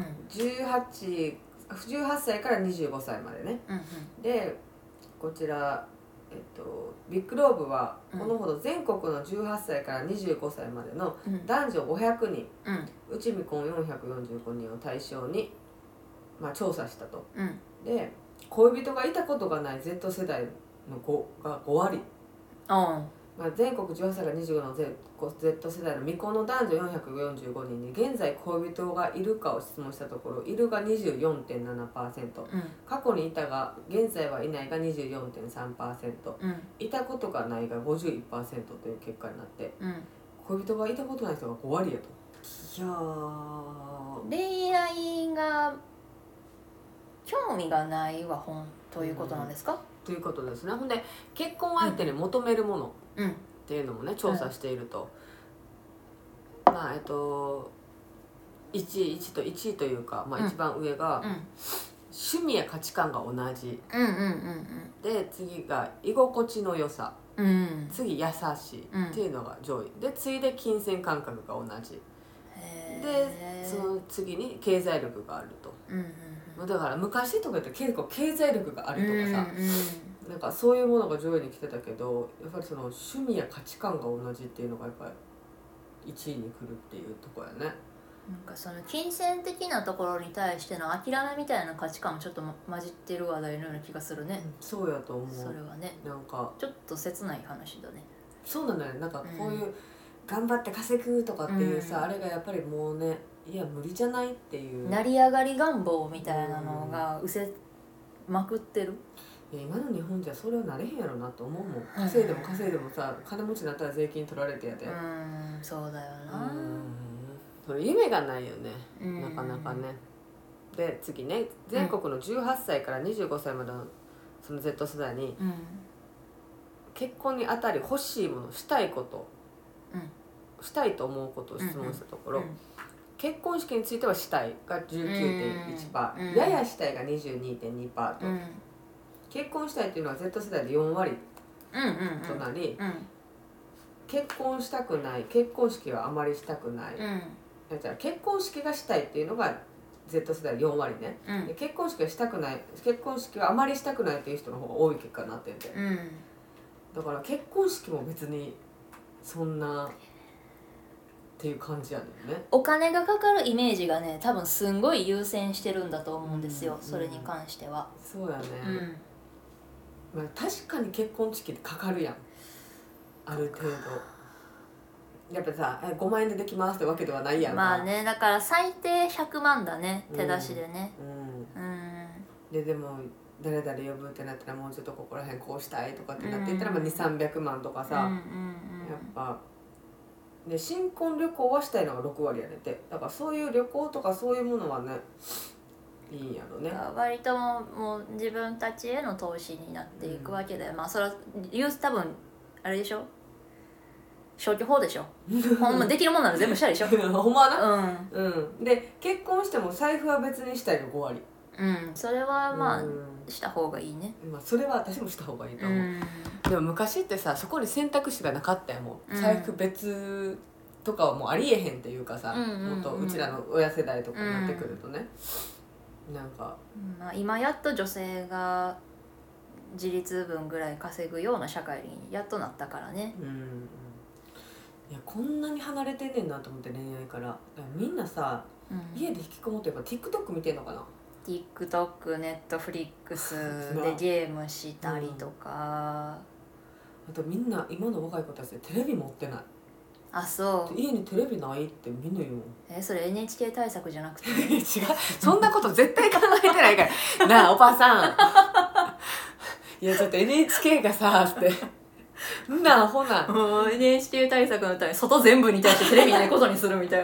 18歳から25歳までね、でこちらビッグローブはこのほど全国の18歳から25歳までの男女500人、うち未婚445人を対象に、調査したと。で恋人がいたことがない Z 世代の5が5割、全国18歳から25の Z 世代の未婚の男女445人に現在恋人がいるかを質問したところ、いるが 24.7%、過去にいたが現在はいないが 24.3%、いたことがないが 51% という結果になって、恋人がいたことない人が5割やと。いや恋愛が興味がないは本ということなんですか？ ということですね。ほんで結婚相手に求めるものっていうのもね、調査していると、1位というか、一番上が、趣味や価値観が同じ、で次が居心地の良さ、次優しいっていうのが上位で、次いで金銭感覚が同じで、その次に経済力があると。だから昔とかって結構経済力があるとかさ、なんかそういうものが上位に来てたけど、やっぱりその趣味や価値観が同じっていうのがやっぱり1位に来るっていうところやね。 なんかその金銭的なところに対しての諦めみたいな価値観もちょっと混じってる話題のような気がするね。 そうやと思う。 それはね、 なんかちょっと切ない話だね。 そうなのよ。なんかこういう頑張って稼ぐとかっていうさ、あれがやっぱりもうね、いや無理じゃないっていう成り上がり願望みたいなのが失せまくってる。 いや今の日本じゃそれはなれへんやろなと思うもん。稼いでも稼いでもさ、金持ちになったら税金取られてやで。 そうだよな。 それ夢がないよね、なかなかね。で次ね、全国の18歳から25歳までのその Z 世代に、結婚にあたり欲しいもの、したいこと、したいと思うことを質問したところ、結婚式についてはしたいが 19.1%、ややしたいが 22.2% と、結婚したいっていうのは Z 世代で4割となり、結婚したくない、結婚式はあまりしたくない、結婚式がしたいっていうのが Z 世代4割ね、で結婚式はしたくない、結婚式はあまりしたくないっていう人の方が多い結果になってるんで、だから結婚式も別にそんなっていう感じやねんね。 お金がかかるイメージがね、多分すんごい優先してるんだと思うんですよ、それに関しては。 そうやね、確かに結婚式ってかかるやん、ある程度。やっぱさ、5万円でできますってわけではないやんか。 だから最低100万だね、手出しでね。 でも誰々呼ぶってなったら、もうちょっとここら辺こうしたいとかってなっていったら、200-300万とかさ、やっぱで新婚旅行はしたいのが6割やねんて。だからそういう旅行とかそういうものはね、いいんやろね。 割ともう自分たちへの投資になっていくわけだよ。それは多分あれでしょ、消去法でしょほんまできるもんなら全部したいでしょほんまはな。で結婚しても財布は別にしたいの5割。 それはした方がいいね。 それは私もした方がいいと思う。でも昔ってさ、そこに選択肢がなかったやもん。財布別とかはもうありえへんっていうかさ、もっとうちらの親世代とかになってくるとね、なんか今やっと女性が自立分ぐらい稼ぐような社会にやっとなったからね。 いやこんなに離れてんねんなと思って、恋愛から。みんなさ、家で引きこもってやっぱ TikTok 見てんのかな。 TikTok、Netflix でゲームしたりとか、 あとみんな今の若い子たちでテレビ持ってない。 そう。 家にテレビないってみんな言うもん。 それ NHK 対策じゃなくて違う、そんなこと絶対考えてないからなあおばさんいやちょっと NHK がさってなあほな NHK 対策のために外全部に対してテレビないことにするみたい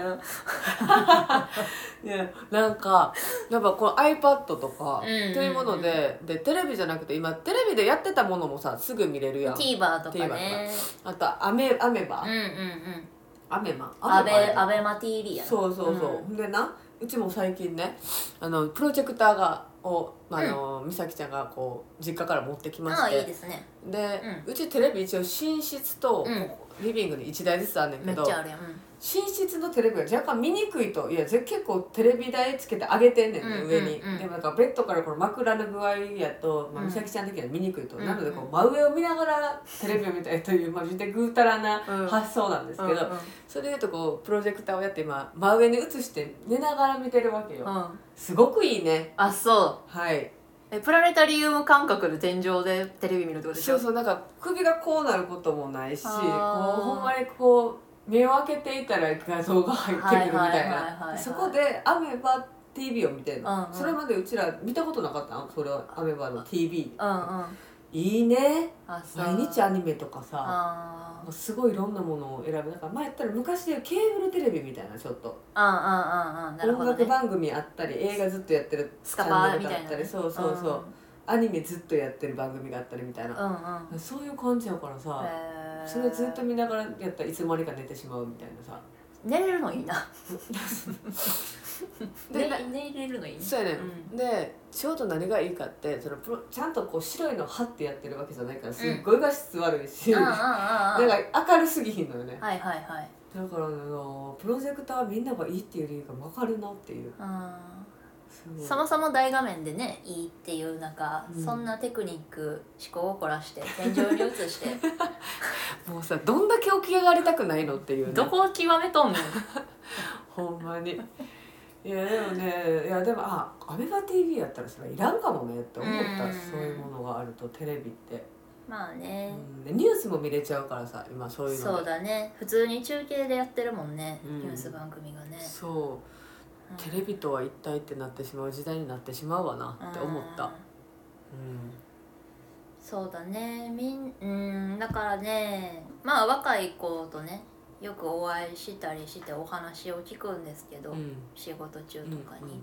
ないやなんかやっぱこの iPad とかっていうものでテレビじゃなくて今テレビでやってたものもさすぐ見れるやん。 TVer とかね、 あとアメバアベマ TV やな。 そうでな、うちも最近ねプロジェクターを美咲ちゃんがこう実家から持ってきまして、 いいですね。 で、うちテレビ一応寝室とリビングに1台ずつあんねんけど、 めっちゃあるやん。 寝室のテレビが若干見にくいと、いや結構テレビ台つけて上げてんねんね、上に。でもなんかベッドからこの枕の具合やと、美咲ちゃん的には見にくいと、なのでこう真上を見ながらテレビを見たいというマジでぐうたらな発想なんですけど、それでいうとこうプロジェクターをやって今真上に映して寝ながら見てるわけよ。すごくいいね。 あ、そう。 はい。 プラネタリウム感覚で天井でテレビ見るってことでしょ。 そうそう、なんか首がこうなることもないし、こうほんまにこう目を開けていたら画像が入ってくるみたいな。そこでアメバ TV を見てるの。それまでうちら見たことなかったの、それはアメバの TV。いいね。毎日アニメとかさ、すごいいろんなものを選ぶ。だから前やったら昔でケーブルテレビみたいな、ちょっと音楽番組あったり、映画ずっとやってるスカパーみたいな、 チャンネルがあったり、そうそうそう、アニメずっとやってる番組があったりみたいな、そういう感じやからさ、それずっと見ながらやったらいつの間にか寝てしまうみたいなさ。 寝れるのいいな。寝れるのいいね。 そうやね、でちょうど何がいいかって、そのちゃんとこう白いの貼ってやってるわけじゃないから、すっごい画質悪いし、なんか明るすぎひんのよね。 はいはいはい。 だからプロジェクターみんながいいっていう理由が分かるなっていう。 そもそも大画面でねいいっていうなんか、そんなテクニック思考を凝らして天井に映してもうさ、どんだけ起き上がりたくないのっていう、ね、 どこを極めとんねん。 ほんまに。いやでもね、いやでもアメバ TV やったらそれいらんかもねって思った。そういうものがあるとテレビって。 まあね、 ニュースも見れちゃうからさ、今そういうので。 そうだね、普通に中継でやってるもんね、ニュース番組がね。 そう、テレビとは一体ってなってしまう時代になってしまうわなって思った。 そうだね、だからね、まあ若い子とねよくお会いしたりしてお話を聞くんですけど、仕事中とかに、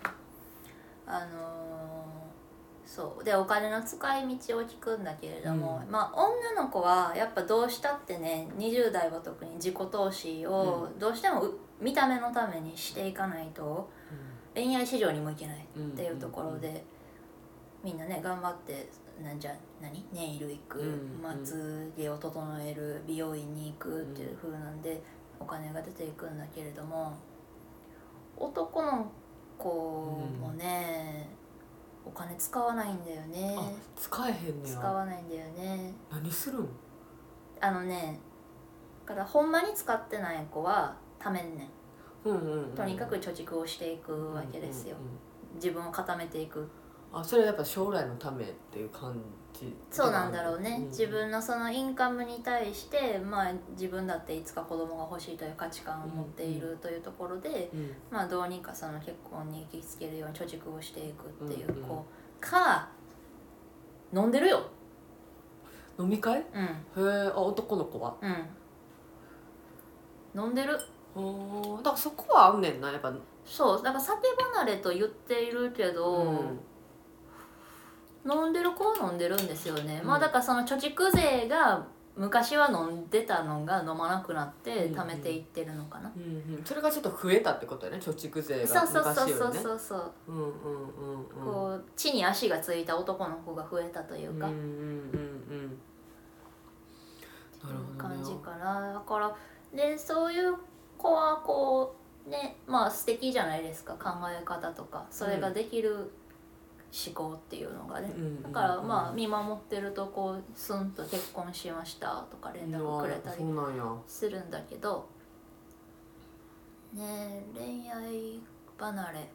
そうでお金の使い道を聞くんだけれども、まあ女の子はやっぱどうしたってね、20代は特に自己投資をどうしても見た目のためにしていかないと恋愛市場にもいけないっていうところで、みんなね頑張ってネイル行く、まつげを整える、美容院に行くっていう風なんでお金が出ていくんだけれども、男の子もね、お金使わないんだよね。 使えへんねや。 使わないんだよね。 何するん？ だからほんまに使ってない子はためんねん。とにかく貯蓄をしていくわけですよ。自分を固めていく。 それはやっぱ将来のためっていう感じ。 そうなんだろうね、自分のそのインカムに対して、まあ自分だっていつか子供が欲しいという価値観を持っているというところで、まあどうにかその結婚に行きつけるように貯蓄をしていくっていう子か、飲んでるよ。 飲み会？へえ。男の子は？ 飲んでる。 だからそこはあんねんな、やっぱ。 そう、だから酒離れと言っているけど、飲んでる子は飲んでるんですよね。まあだからその貯蓄税が昔は飲んでたのが飲まなくなって貯めていってるのかな。 それがちょっと増えたってことよね、貯蓄税が昔よりね。 そうこう地に足がついた男の子が増えたというか、感じかな。だからでそういう子はこうね、まあ素敵じゃないですか、考え方とかそれができる思考っていうのがね。だからまあ見守ってるとこうスンと結婚しましたとか連絡くれたりするんだけどね。恋愛離れ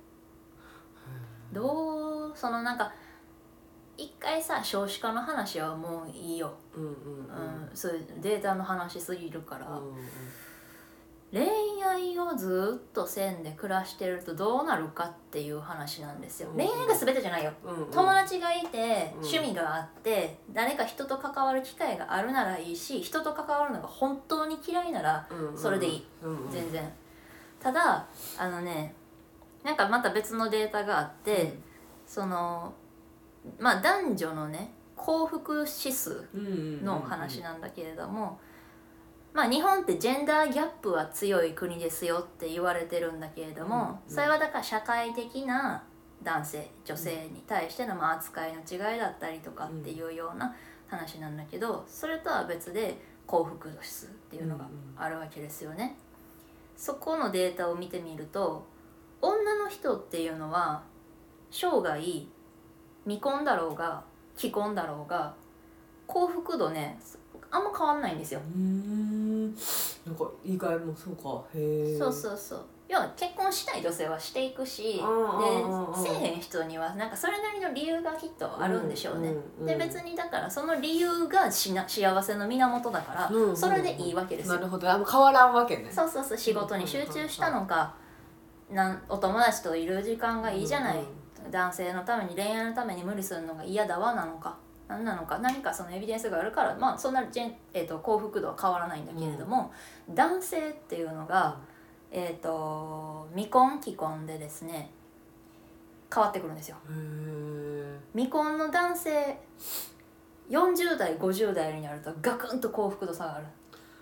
どう、そのなんか一回さ、少子化の話はもういいよ。そういうデータの話すぎるから、恋愛をずっとせんで暮らしてるとどうなるかっていう話なんですよ。恋愛が全てじゃないよ。友達がいて趣味があって誰か人と関わる機会があるならいいし、人と関わるのが本当に嫌いならそれでいい、全然。ただなんかまた別のデータがあって、そのまあ男女のね幸福指数の話なんだけれども、まあ日本ってジェンダーギャップは強い国ですよって言われてるんだけれども、それはだから社会的な男性女性に対してのまあ扱いの違いだったりとかっていうような話なんだけど、それとは別で幸福度指数っていうのがあるわけですよね。そこのデータを見てみると、女の人っていうのは生涯未婚だろうが既婚だろうが幸福度ねあんま変わんないんですよ。 なんか意外もそうか。へえ。 そうそうそう。要は結婚したい女性はしていくし、でせえへん人にはなんかそれなりの理由がきっとあるんでしょうね。で別にだからその理由が幸せの源だから、それでいいわけですよ。 なるほど、変わらんわけね。 そうそうそう、仕事に集中したのか、お友達といる時間がいいじゃない、男性のために恋愛のために無理するのが嫌だわなのか何なのか、何かそのエビデンスがあるから、まあそんな幸福度は変わらないんだけれども、男性っていうのが、未婚既婚でですね変わってくるんですよ。未婚の男性40代50代になるとガクンと幸福度差がある。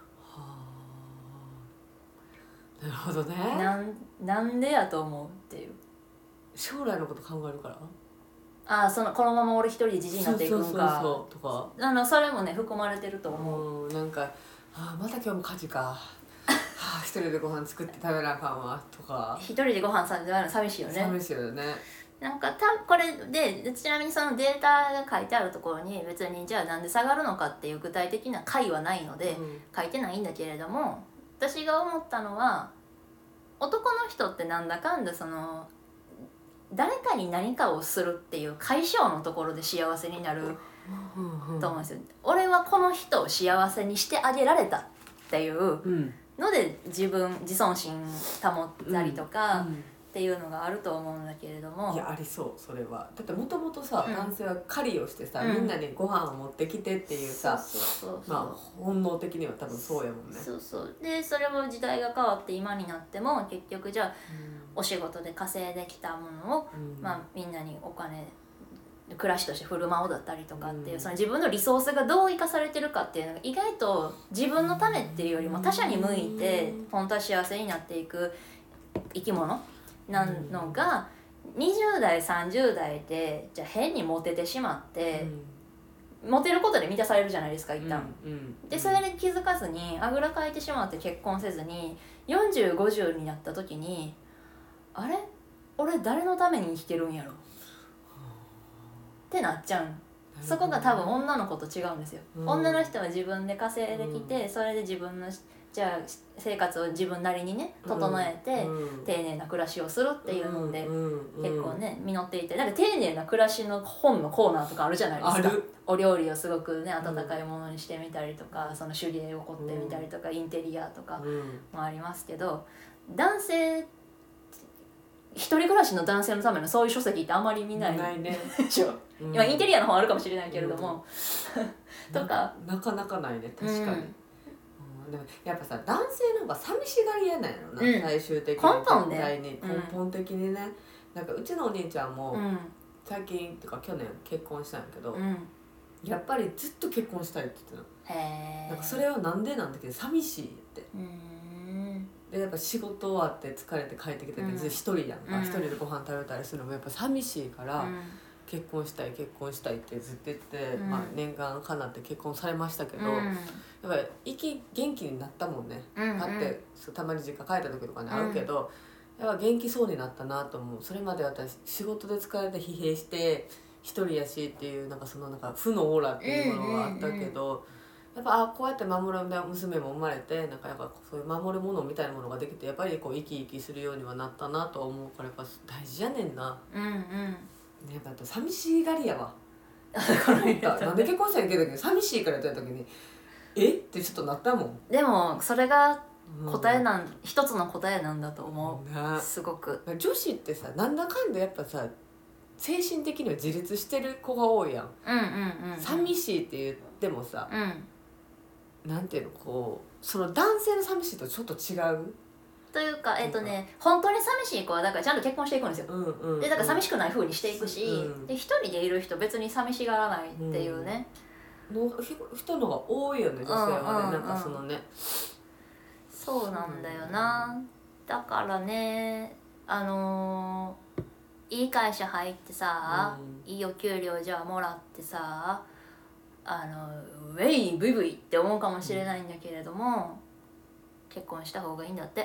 なるほどね。 なんでやと思うっていう。 将来のこと考えるから。 このまま俺一人でじじいになっていくんかとか、 それもね含まれてると思う。 なんかまた今日も家事か一人でご飯作って食べなあかんわとか、 一人でご飯さんでは寂しいよね。 寂しいよね。 なんかこれでちなみにそのデータが書いてあるところに別にじゃあなんで下がるのかっていう具体的な解はないので、書いてないんだけれども、私が思ったのは男の人ってなんだかんだその誰かに何かをするっていう解消のところで幸せになると思うんですよ。俺はこの人を幸せにしてあげられたっていうので自尊心保ったりとかっていうのがあると思うんだけれども、 いやありそう。それはだってもともとさ、男性は狩りをしてさ、みんなにご飯を持ってきてっていうさ、まあ本能的には多分そうやもんね。 そうそうでそれも時代が変わって今になっても結局じゃあ、お仕事で稼いできたものを、まあ、みんなにお金暮らしとして振る舞おうだったりとかっていう、その自分のリソースがどう生かされてるかっていうのが意外と自分のためっていうよりも他者に向いて本当は幸せになっていく生き物なのが、20代30代でじゃあ変にモテてしまって、モテることで満たされるじゃないですか一旦、でそれで気づかずにあぐらかいてしまって結婚せずに4050になった時にあれ俺誰のために生きてるんやろってなっちゃう。そこが多分女の子と違うんですよ。女の人は自分で稼いできて、それで自分のじゃあ生活を自分なりにね整えて、丁寧な暮らしをするっていうので、結構ね実っていて、なんか丁寧な暮らしの本のコーナーとかあるじゃないですか。お料理をすごくね温かいものにしてみたりとか、その手芸を凝ってみたりとか、インテリアとかもありますけど、男性一人暮らしの男性のためのそういう書籍ってあまり見ないでしょ。今インテリアの方あるかもしれないけれども、とかなかなかないね確かに。でもやっぱさ男性の方が寂しがり屋なんやろな、最終的に根本的にね。なんかうちのお兄ちゃんも最近とか去年結婚したんやけど、やっぱりずっと結婚したいって言ってたの。なんかそれはなんでなんだけど寂しいって。でやっぱ仕事終わって疲れて帰ってきたけど一人やんか、一人でご飯食べたりするのもやっぱ寂しいから、結婚したいってずっと言って、まあ、念願かなって結婚されましたけど、やっぱり元気になったもんね。あってたまに実家帰った時とかに会うけど、やっぱ元気そうになったなと思う。それまで私仕事で疲れて疲弊して一人やしっていうなんかそのなんか負のオーラっていうものがあったけど、やっぱこうやって守る娘も生まれて、なんかやっぱそういう守るものみたいなものができて、やっぱりこう生き生きするようにはなったなと思うから、やっぱ大事やねんな。やっぱ寂しがりやわ。なんで結婚したらいけないけど寂しいからって言った時にってちょっとなったもん。 でもそれが答え一つの答えなんだと思う、すごく。 女子ってさなんだかんだやっぱさ精神的には自立してる子が多いやん。寂しいって言ってもさ、なんていうのこうその男性の寂しいとちょっと違うというか本当に寂しい子はだからちゃんと結婚していくんですよ。でだから寂しくない風にしていくし、で一人でいる人別に寂しがらないっていうね、 の人のが多いよね、女性はね。なんかそのね、 そうなんだよな。だからねいい会社入ってさ、いいお給料じゃあもらってさ、ウェイブイブイって思うかもしれないんだけれども、結婚した方がいいんだって。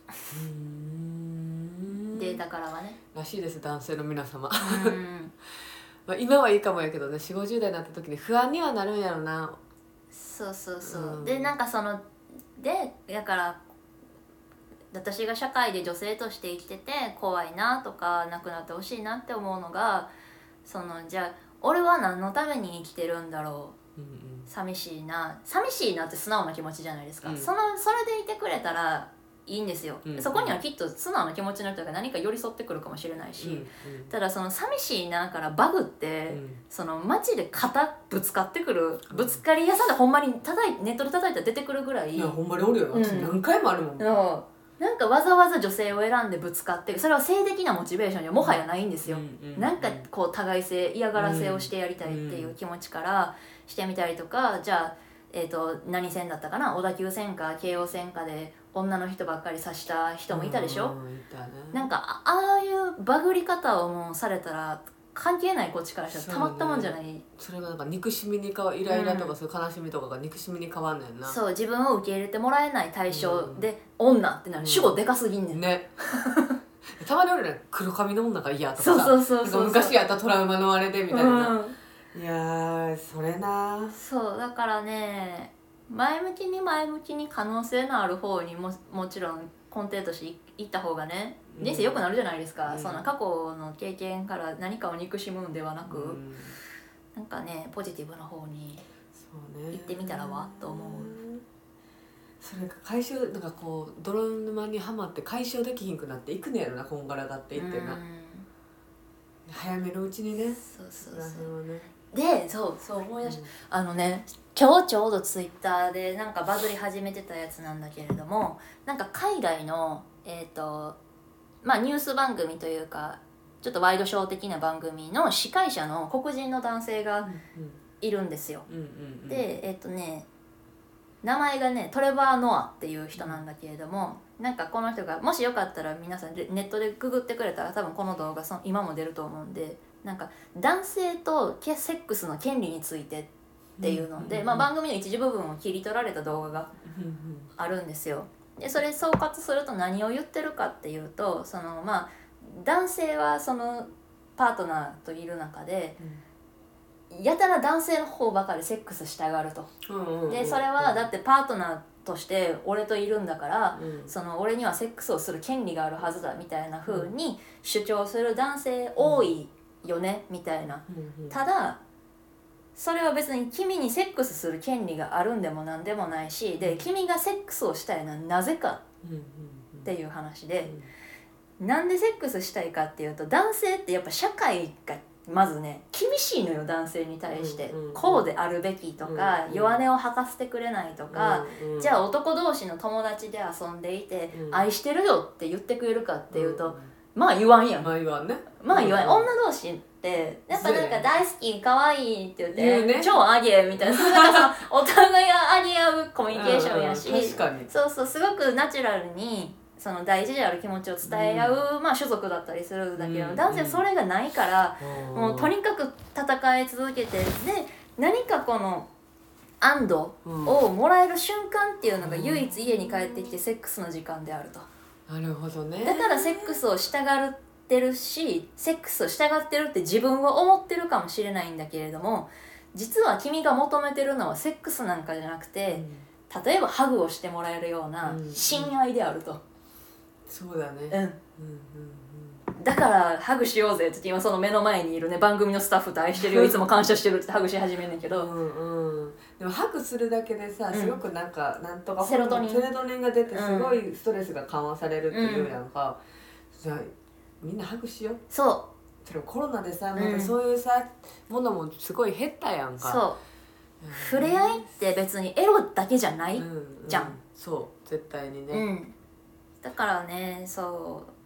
データからはね。 らしいです、男性の皆様。まあ今はいいかもやけどね、40、50代になった時に不安にはなるんやろな。 そうそうそう、でなんかでだから私が社会で女性として生きてて怖いなとか亡くなってほしいなって思うのが、じゃあ俺は何のために生きてるんだろう、寂しいなって素直な気持ちじゃないですか、それでいてくれたらいいんですよ、そこにはきっと素直な気持ちの人が何か寄り添ってくるかもしれないし、ただ寂しいなからバグって、街で肩ぶつかってくる、ぶつかり屋さんでほんまにネットで叩いたら出てくるぐらい、 いやほんまにおるよ、何回もあるもん。 なんかわざわざ女性を選んでぶつかってそれは性的なモチベーションにはもはやないんですよ、なんかこう互い性嫌がらせをしてやりたいっていう気持ちからしてみたりとか、じゃあ何線だったかな、小田急線か京王線かで女の人ばっかり刺した人もいたでしょ、なんかああいうバグり方をもうされたら関係ないこっちからしたらたまったもんじゃない、 それがなんか憎しみに変わイライラとかそういう悲しみとかが憎しみに変わんねんな。 そう、自分を受け入れてもらえない対象で女ってなる、主語でかすぎんねんね。たまに俺ね、黒髪の女が嫌とかさ、昔やったトラウマのあれでみたいな、いやそれな。 そうだからね、前向きに可能性のある方にもちろん根底としていった方がね、人生良くなるじゃないですか、そんな過去の経験から何かを憎しむんではなく、なんかねポジティブな方に行ってみたらわと思う。 それが解消、なんかこう泥沼にはまって解消できひんくなっていくねやろな、こんがらがっていってな、早めのうちにね。 そうでそう思い出した、今日ちょうどツイッターでなんかバズり始めてたやつなんだけれども、なんか海外のまあニュース番組というかちょっとワイドショー的な番組の司会者の黒人の男性がいるんですよ。で名前がねトレバー・ノアっていう人なんだけれども、なんかこの人がもしよかったら皆さんネットでググってくれたら多分この動画今も出ると思うんで、なんか男性とセックスの権利についてっていうので、まあ、番組の一時部分を切り取られた動画があるんですよ。でそれ総括すると何を言ってるかっていうと、まあ男性はそのパートナーといる中で、やたら男性の方ばかりセックスしたがると。でそれはだってパートナーとして俺といるんだから、俺にはセックスをする権利があるはずだみたいな風に主張する男性多いよねみたいな。ただそれは別に君にセックスする権利があるんでもなんでもないし、で君がセックスをしたいのはなぜかっていう話で、なんでセックスしたいかっていうと、男性ってやっぱ社会がまずね厳しいのよ、男性に対して、こうであるべきとか、弱音を吐かせてくれないとか、じゃあ男同士の友達で遊んでいて、愛してるよって言ってくれるかっていうと、まあ言わんやん。 まあ言わんね。 まあ言わん、女同士ってやっぱなんか大好き可愛いって言って超あげみたいな、なんかお互いがあげ合うコミュニケーションやし、 確かにそうすごくナチュラルに大事である気持ちを伝え合う、まあ種族だったりするんだけど、男性はそれがないから、もうとにかく戦い続けて、で何かこの安堵をもらえる瞬間っていうのが唯一家に帰ってきてセックスの時間であると。 なるほどね。 だからセックスをしたがってるし、セックスをしたがってるって自分は思ってるかもしれないんだけれども、実は君が求めてるのはセックスなんかじゃなくて、例えばハグをしてもらえるような親愛であると。 そうだね。 だからハグしようぜって今その目の前にいるね番組のスタッフと愛してるよいつも感謝してるってハグし始めんねんけど、 でもハグするだけでさ、すごくなんかなんとかセロトニンが出てすごいストレスが緩和されるっていうやんか、じゃあみんなハグしよう。それコロナでさ、またそういうさものもすごい減ったやんか。 触れ合いって別にエロだけじゃないじゃん。 そう絶対にね。 だからね、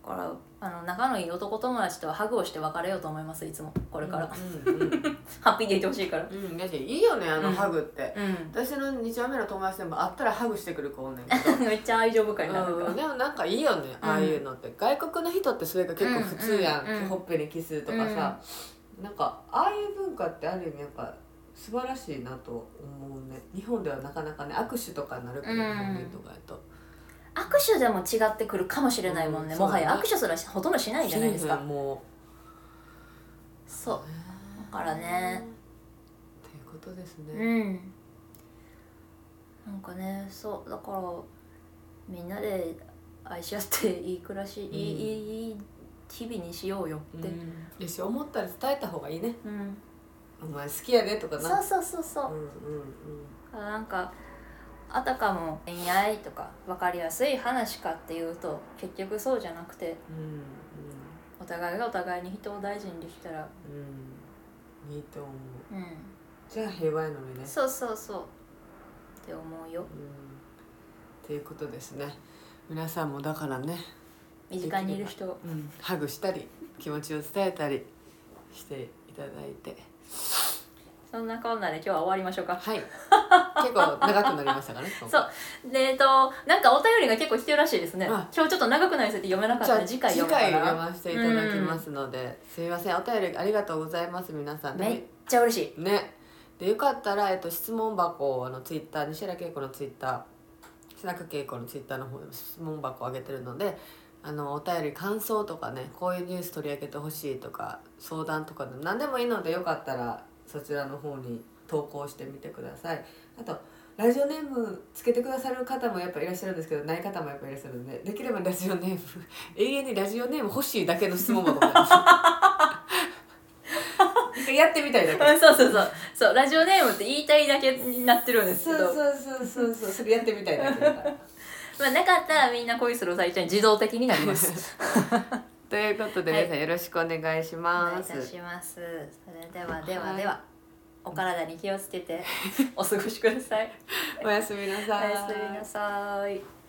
から仲のいい男友達とはハグをして別れようと思いますいつもこれから、ハッピーでいてほしいから。 だしいいよねハグって、私の2丁目の友達でも会ったらハグしてくる子おんねんけどめっちゃ愛情深いな、なんかでもなんかいいよねああいうのって、外国の人ってそれが結構普通やん、ほっぺにキスとかさ、なんかああいう文化ってある意味やっぱ素晴らしいなと思うね。日本ではなかなかね握手とかになるけど、日本人とかやと握手でも違ってくるかもしれないもんね、もはや握手すらほとんどしないじゃないですか。 もうそうだからねっていうことですね。 なんかね、そうだからみんなで愛し合っていい暮らし、いい日々にしようよって、 よし思ったら伝えた方がいいね。お前好きやでとかな。 そうなんかあたかも恋愛とか分かりやすい話かっていうと結局そうじゃなくて、お互いがお互いに人を大事にできたらいいと思う。じゃあ平和やのにね。 そうって思うよ。 っていうことですね。皆さんもだからね、 身近にいる人をハグしたり気持ちを伝えたりしていただいて、 そんなこんなで今日は終わりましょうか。 はい結構長くなりましたかねそうでなんかお便りが結構来てるらしいですね。今日ちょっと長くなりすぎて読めなかったので次回読ませていただきますので、すいませんお便りありがとうございます皆さん。 めっちゃ嬉しいね。でよかったら、質問箱をツイッター西原恵子のツイッタースナック恵子のツイッターの方でも質問箱を上げてるので、お便り感想とかね、こういうニュース取り上げてほしいとか相談とかでも何でもいいので、よかったらそちらの方に投稿してみてください。あとラジオネームつけてくださる方もやっぱいらっしゃるんですけど、ない方もやっぱいらっしゃるので、できればラジオネーム永遠にラジオネーム欲しいだけの質問箱なんですやってみたいだけそうラジオネームって言いたいだけになってるんですけど、 そうそれやってみたいだけだからまあなかったらみんな恋するおさいちゃんに自動的になりますということで、皆さんよろしくお願いします。 お願いいたします。それでは、お体に気をつけてお過ごしください。 おやすみなさい。 おやすみなさい。